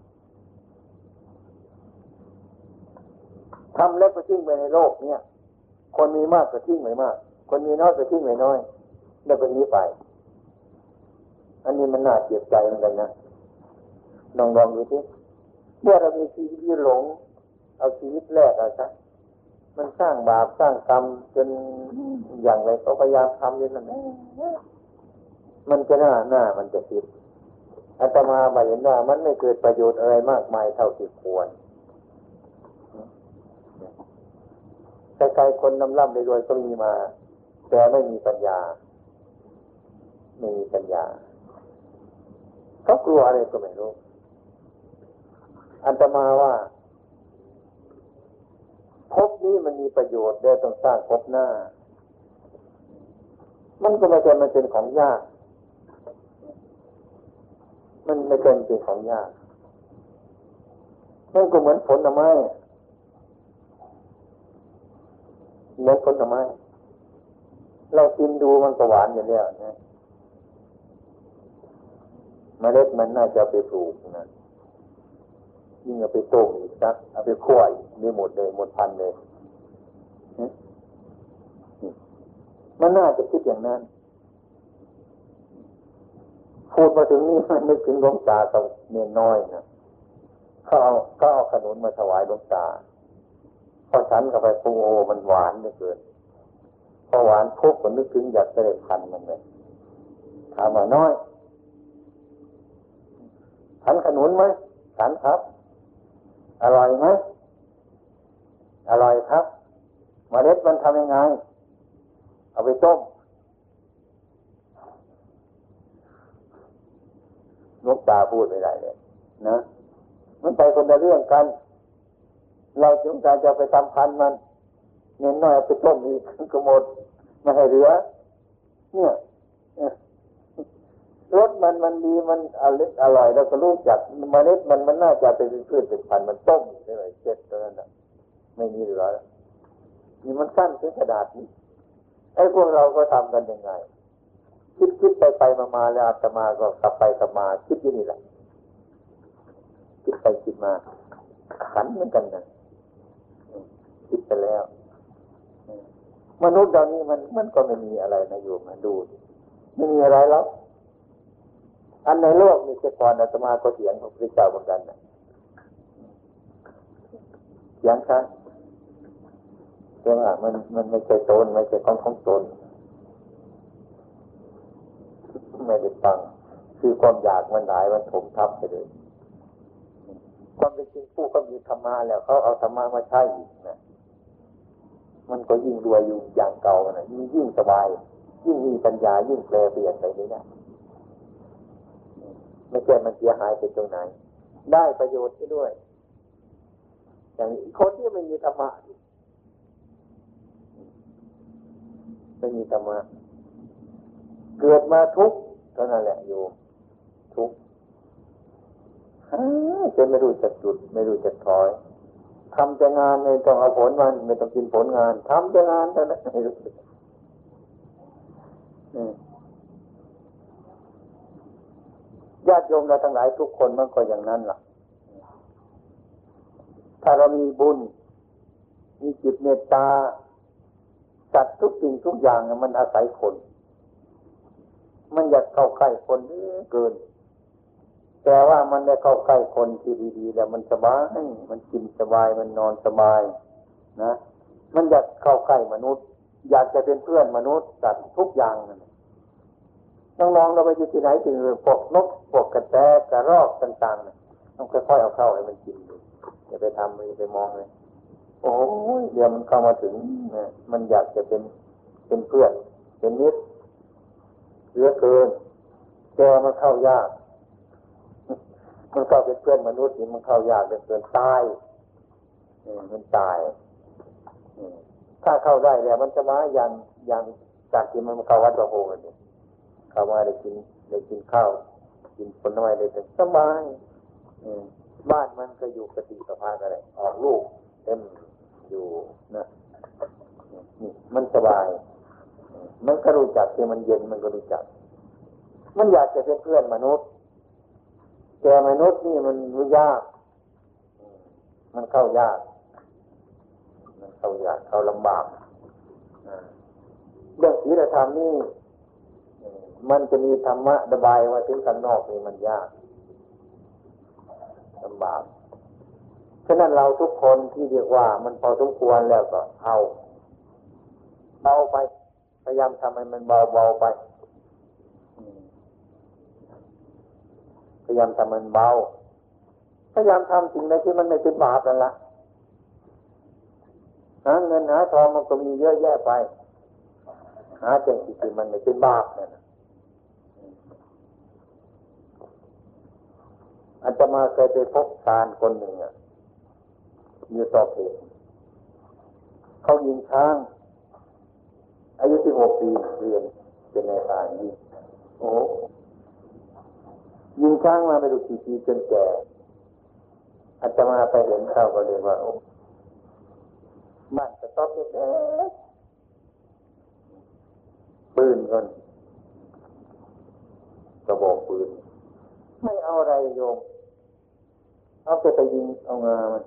Speaker 1: ทำแล้วก็ทิ้งไปในโลกเนี่ยคนมีมากก็ทิ้งไม่มากคนมีน้อยก็ทิ้งไม่น้อยแล้วก็หนีไปอันนี้มันน่าเจ็บใจเหมือนกันนะลองดูสิเมื่อเรามีชีวิตที่หลงเอาชีวิตแรกเอาซะมันสร้างบาปสร้างกรรมจนอย่างไรก็พยายามทำอยู่นั่นมันจะหน้ามันจะผิดอาตมาเห็นว่ามันไม่เกิดประโยชน์อะไรมากมายเท่าที่ควรใครๆคนร่ำรวยก็มีมาแต่ไม่มีปัญญาไม่มีปัญญาเขากลัวอะไรก็ไม่รู้อาตมาว่าภพนี้มันมีประโยชน์ได้ต้องสร้างภพหน้ามันก็ไม่ใช่มันเป็นของยากมันไม่เป็นของยากมันก็เหมือนผลไม้เหมือนผลไม้เรากินดูมันก็หวานอยู่แล้วนะเมล็ดมันน่าจะไปปลูกนะยิ่งเอาไปต้มอีกสักเอาไปคั่วอีกนี่หมดเลยหมดพันเลยมันน่าจะคิดอย่างนั้นพูดมาถึงนี่มันนึกถึงหลวงตาตอนเนนน้อยนะเขาเอาขนุนมาถวายหลวงตาพอฉันเข้าไปโอ้โหมันหวานเหลือเกินพอหวานปุ๊บก็นึกถึงอยากจะได้พันมันเลยถามว่าน้อยฉันขนุนไหมฉันครับอร่อยไหมอร่อยครับเมล็ดมันทำยังไงเอาไปต้มลูกตาพูดไม่ได้เลยนะมันไปคนละเรื่องกันเราจึงการจะไปทำพันมันเน้นน้อยเอาไปต้มอีกก็หมดไม่ให้เหลือเนี่ยรสมันดีมันอร่อยแล้วก็รู้จักเมล็ดมันน่าจะเป็นพืชเป็นพันธุ์มันต้มได้เลยเจ็ดตัวนั้นไม่มีเหลือนี่มันสั้นถึงขนาดนี้ไอ้พวกเราก็ทำกันยังไงคิดไปมาแล้วอาตมาก็กลับไปกลับมาคิดอยู่นี่แหละคิดไปคิดมาขันเหมือนกันนะคิดไปแล้วมนุษย์เรานี่มันก็ไม่มีอะไรนะโยมมาดูไม่มีอะไรแล้วอันในโลกมีแต่ก่อนอาตมาก็เถียงพระพุทธเจ้าเหมือนกันนะเถียงกันเรื่องมันไม่ใช่ตนไม่ใช่ของตนไม่ได้ฟังคือความอยากมันหลายมันถมทับไปเลยความเป็นจริงผู้ก็มีธรรมะแล้วเขาเอาธรรมะมาใช้อีกนะมันก็ยิ่งรวยอยู่อย่างเก่านะยิ่งสบายยิ่งมีปัญญายิ่งแปลเปลี่ยนไปเลยนะไม่ใช่มันเสียหายไปตรงไหนได้ประโยชน์ด้วยอย่างคนที่ไม่มีธรรมะไม่มีธรรมะเกิดมาทุกข์เท่านั้นแหละโยมทุกข์จนไม่รู้จักจุดไม่รู้จักถอยทำแต่งานไม่ต้องเอาผลมันไม่ต้องกินผลงานทำแต่งานเท่านั้นไม่รู้สึกญาติโยมเราทั้งหลายทุกคนมันก็อย่างนั้นล่ะถ้าเรามีบุญมีจิตเมตตาจัดทุกสิ่งทุกอย่างมันอาศัยคนมันอยากเข้าใกล้คนเกินแต่ว่ามันได้เข้าใกล้คนที่ดีๆแล้วมันสบายมันกินสบายมันนอนสบายนะมันอยากเข้าใกล้มนุษย์อยากจะเป็นเพื่อนมนุษย์จัดทุกอย่างนั่นน้องๆเราไปอยู่ที่ไหนถึงพวกนกพวกกระแตกระรอกต่างๆเนี่ยต้องค่อยๆเอาเข้าให้มันกินดูอย่าไปทำอย่าไปมองเลยโอ้ยเดี๋ยวมันเข้ามาถึงเนี่ยมันอยากจะเป็นเพื่อนเป็นมิตรเหลือเกินแต่มันเข้ายากมันเข้าเป็นเพื่อนมนุษย์นี่มันเข้ายากเหลือเกินตายมันตายถ้าเข้าได้แล้วมันจะมาอย่างจากที่มันเข้าวัดพระโพธิ์เนี่ยเข้ามาได้กินข้าวกินผลไม้ได้สบายบ้านมันก็อยู่กติสภาพอะไรออกลูกเต็มอยู่นะมันสบายมันก็รู้จักที่มันเย็นมันก็รู้จักมันอยากจะเป็นเพื่อนมนุษย์แต่มนุษย์นี่มันยากมันเข้ายากเข้าลำบากเรื่องศีลธรรมนี่มันจะมีธรรมะระบายว่าถึงข้างนอกนี่มันยากลำบากฉะนั้นเราทุกคนที่เรียกว่ามันพอสมควรแล้วก็เอาเบาไปพยายามทำให้มันเบาไปพยายามทำมันเบาพยายามทำสิ่งใดที่มันไม่เป็นบาปนั่นละหาเงินหาทองมันก็มีเยอะแยะไปหาสิ่งที่มันไม่เป็นบาปนั่นอาตมาเคยไปพบชานคนหนึ่งอยู่ต่อเพลเขายิงช้างอายุ16 ปีเรียนเป็นนายทหารยิงโอ้ยิงช้างมาไม่รู้กี่ปีจนแก่อาตมาไปเห็นเข้าก็เลยว่าโอ้บ้านกระต๊อบเล็กๆปืนคนกระบอกปืนไม่เอาอะไรโยมเอาไปยิงเอางามัน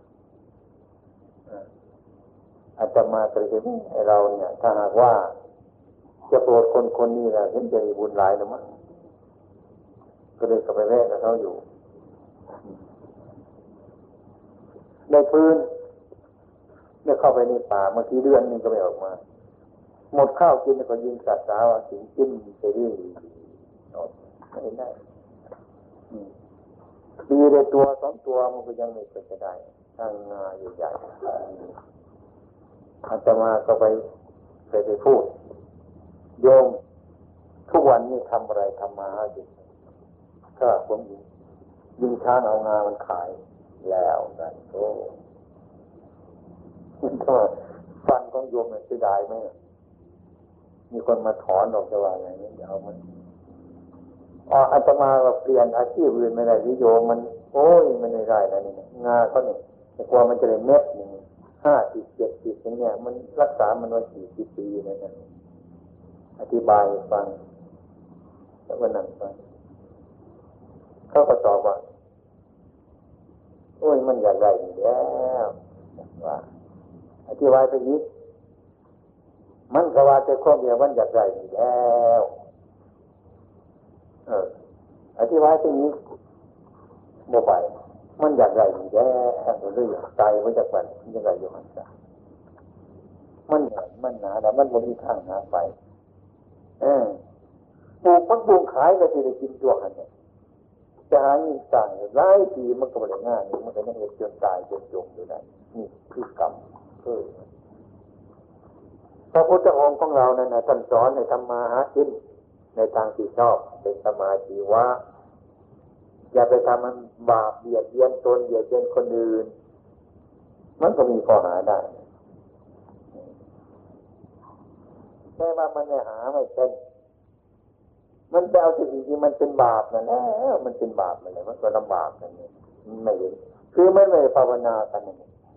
Speaker 1: อาตมาเคยเห็นเราเนี่ยถ้าหากว่าจะโปรดคนนี้นะเห็นจะมีบุญหลายนะมั้งก็เลยกลับไปแวะกับเขาอยู่ในพื้นเนี่ยเข้าไปในป่าเมื่อกี้เดือนนึงก็ไม่ออกมาหมดข้าวกินก็ยิงสัตว์สาวสิงกินไปเรื่อยไม่เห็นได้ดีเลยตัว2 ตัวมันก็ยังไม่เป็นจะได้ตั้งงาใหญ่ๆอาตมาก็ไปพูดโยมทุกวันนี้ทำอะไรทำมาหากินก็ผมยิงช้างเอางามันขายแล้วกันโอ้ก็ฟันของโยมมันเสียดายไหมมีคนมาถอนออกจะว่าไงนี่เอามันอาตมาก็เปลี่ยนอาชีพอื่นไม่ได้ที่โยมมันโอ้ยมันไม่ได้แล้วนี่งาเขาเนี่ยแต่กลัวมันจะได้เม็ดหนึ่ง50 70อย่างเงี้ยมันรักษามันไว้40 ปีนะเนี่ยอธิบายฟังแล้วก็นั่งฟังเขาก็ตอบว่าโอ้ยมันอยากได้อยู่แล้วว่าอธิบายไปอีกมันก็ว่าแต่ข้อเดียวมันอยากได้อยู่แล้วอธิบายไปอีกบ่ไปมันอยากได้อยู่แล้วเรื่องใจมันจะมันยังไงอยู่มันจะมันใหญ่มันหนาแต่มันบ่มีทางหาไปปลูกมันปลูกขายก็จะได้กินตัวกันเนี่ยจะหาเงินจ่ายหลายปีมันก็ไม่ได้ง่ายมันก็ยังเห็นจนตายจนจมอยู่ได้นี่คือกรรมพระพุทธองค์ของเราเนี่ยท่านสอนให้ทำมาหากินในทางที่ชอบเป็นสมาธิวะอย่าไปทำมันบาปเบียดเบียนตนเบียดเบียนคนอื่นมันก็มีข้อหาได้แต่ว่ามันหาไม่เป็นมันไปเอาสิ่งที่มันเป็นบาปนั่นแหละมันเป็นบาปอะไรมันก็ลำบากกันนี่ไม่เห็นคือไม่ภาวนากันนี่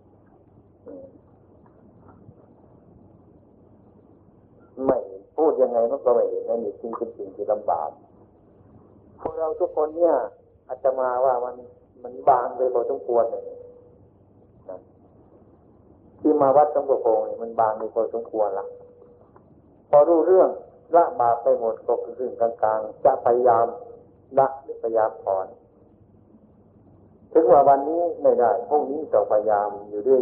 Speaker 1: ไม่พูดยังไงมันก็ไม่เห็นนั่นนี่จริงเป็นสิ่งที่ลำบากพวกเราทุกคนเนี่ยอาจจะมาว่ามันบางไปพอสมควรเลยนะที่มาวัดต้องประโคงนี่มันบางไปพอสมควรละพอรู้เรื่องละบาปไปหมดก็คือๆกลางๆจะพยายามละหรือพยายามถอนถึงว่าวันนี้ไม่ได้พรุ่งนี้ต้องพยายามอยู่ด้วย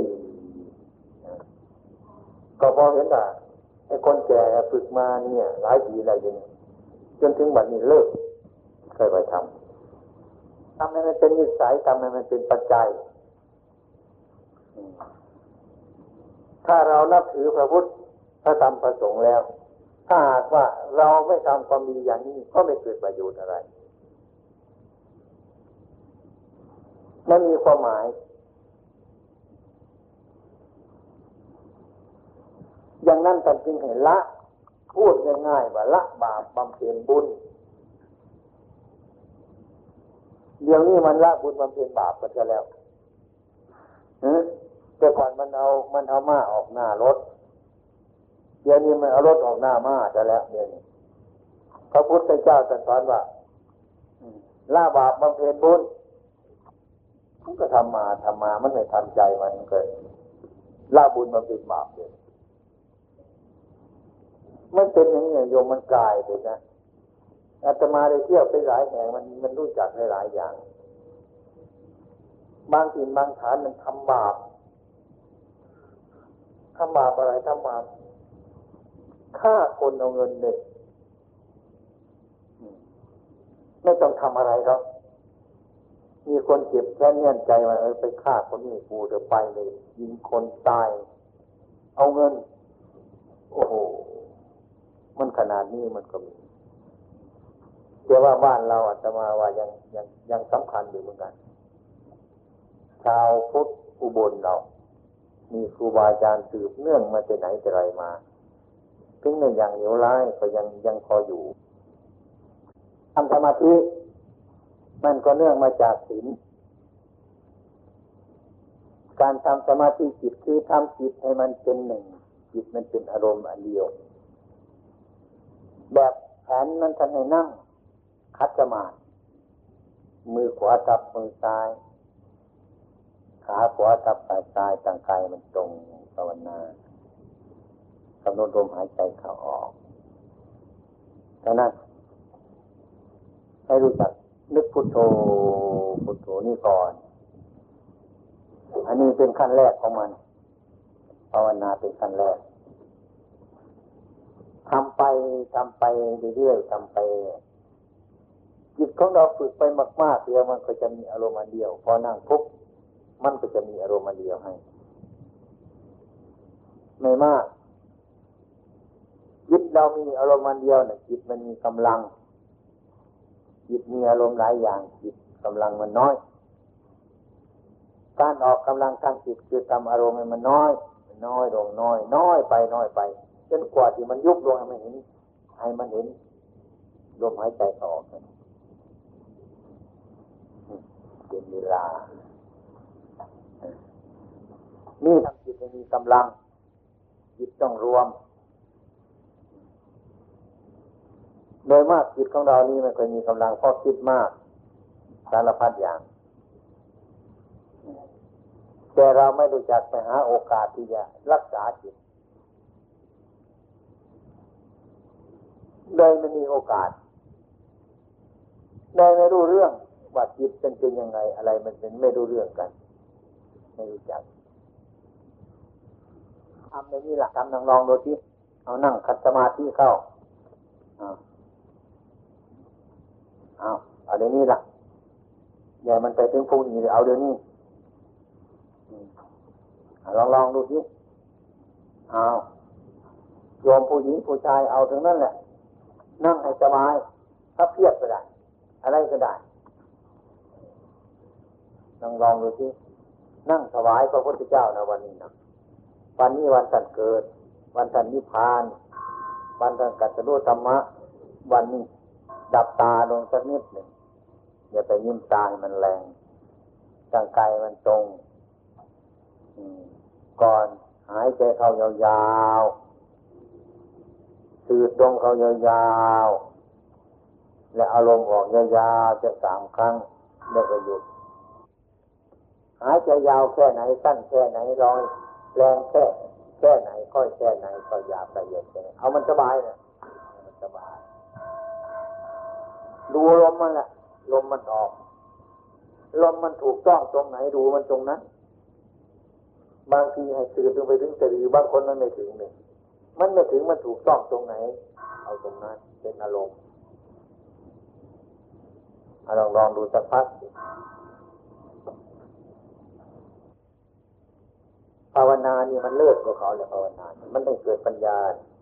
Speaker 1: ก็พอเห็นว่าไอ้คนแก่ฝึกมาเนี่ยหลายปีหลายเดือนจนถึงวันนี้เลิกเคยไปทำให้มันเป็นนิสัยทำให้มันเป็นปัจจัยถ้าเรานับถือพระพุทธพระธรรมพระสงฆ์แล้วถ้าหากว่าเราไม่ทำความดีอย่างนี้ก็ไม่เกิดประโยชน์อะไรนั่นมีความหมายอย่างนั้นท่านจึงให้ละพูดง่ายๆว่าละบาปบำเพ็ญบุญเดี๋ยวนี้มันละบุญบำเพ็ญบาปกันจะแล้วแต่ก่อนมันเอาม้าออกหน้ารถเดี๋ยวนี้มันเอารถออกหน้าม้าจะแล้วเดี๋ยวนี้พระพุทธเจ้าตรัสสอนว่าละบาปบำเพ็ญบุญมันก็ทำมามันไม่ทันใจมันเกิดละบุญบำเพ็ญบาปเลยมันเป็นอย่างนี้โยมมันกลายไปนะอาตมาได้เที่ยวไปหลายแห่งมันรู้จักหลายอย่างบางถิ่นบางฐานมันทำบาปอะไรทำบาปฆ่าคนเอาเงินเนี่ยไม่ต้องทำอะไรหรอกมีคนเจ็บแค้นเนียนใจว่าไปฆ่าคนนี้กูจะไปเลยยิงคนตายเอาเงินโอ้โหมันขนาดนี้มันก็มีแต่ว่าบ้านเราอาตมาว่ายังสำคัญอยู่เหมือนกันชาวพุทธอุบลเรามีครูบาอาจารย์สืบเนื่องมาแต่ไหนแต่ไรมาถึงในอย่างเหนียวร้ายก็ยังพออยู่ทำสมาธิมันก็เนื่องมาจากศีลการทำสมาธิจิตคือทำจิตให้มันเป็นหนึ่งจิตมันเป็นอารมณ์อันเดียวแบบแผนนั้นท่านให้นั่งคัดสมาธิมือขวาทับมือซ้ายขาขวาทับขาซ้ายตั้งกายมันตรงภาวนากำหนดลมหายใจเข้าออกฉะนั้นให้รู้จักนึกพุทโธพุทโธนี่ก่อนอันนี้เป็นขั้นแรกของมันภาวนาเป็นขั้นแรกทำไปเรื่อยๆทำไปจิตของเราฝึกไปมากๆเดี๋ยวมันก็จะมีอารมณ์อันเดียวพอนั่งปุ๊บมันก็จะมีอารมณ์อันเดียวให้ไม่มากจิตเรามีอารมณ์อันเดียวเนี่ยจิตมันมีกำลังจิตมีอารมณ์หลายอย่างจิตกำลังมันน้อยการออกกำลังทางจิตคือทำอารมณ์ให้มันน้อยลงน้อยไปจนกว่าที่มันยุบลงให้มันเห็นลมหายใจออกเป็นเวลานี่ทำจิตให้มีกำลังจิตต้องรวมโดยมากจิตของเรานี่ไม่เคยมีกำลังเพราะคิดมากสารพัดอย่างแต่เราไม่รู้จักไปหาโอกาสที่จะรักษาจิตโดยไม่มีโอกาสโดยไม่รู้เรื่องว่าจิตเป็นยังไงอะไรมันเป็นไม่รู้เรื่องกันไม่รู้จักทำในนี้หลักทำลองดูที่เอานั่งคัดสมาธิเข้าเอาเดี๋ยวนี้ล่ะอย่ามันไปถึงพรุ่งนี้เอาเดี๋ยวนี้ลองดูสิเอาโยมผู้หญิงผู้ชายเอาถึงนั่นแหละนั่งให้สบายถ้าเพียบก็ได้อะไรก็ได้ลองดูสินั่งถวายพระพุทธเจ้านะวันนี้นะวันนี้วันท่านเกิดวันท่านนิพพานวันท่านกัตถรู้ธรรมะวันนี้ดับตาลงสักนิดหนึ่งอย่าไปยิ้มตาให้มันแรงร่างกายมันตรงก่อนหายใจเข้ายาวๆสูดลมเข้ายาวๆและเอาลมออกยาวๆจะ3 ครั้งแล้วก็หยุดหายใจยาวแค่ไหนสั้นแค่ไหนร้อยแรงแค่ไหนค่อยแค่ไหนก็หยาบละเอียดแค่ไหนเอามันสบายนะมันสบายดูลมมันแหละลมมันออกลมมันถูกต้องตรงไหนดูมันตรงนั้นบางทีให้ตื่นไปถึงจะดีบางคนมันไม่ถึงเลยมันไม่ถึงมันถูกต้องตรงไหนเอาตรงนั้นเป็นอารมณ์ลองดูสักพักภาวนานี่มันเลิศกว่าเขาเลยภาวนามันต้องเกิดปัญญา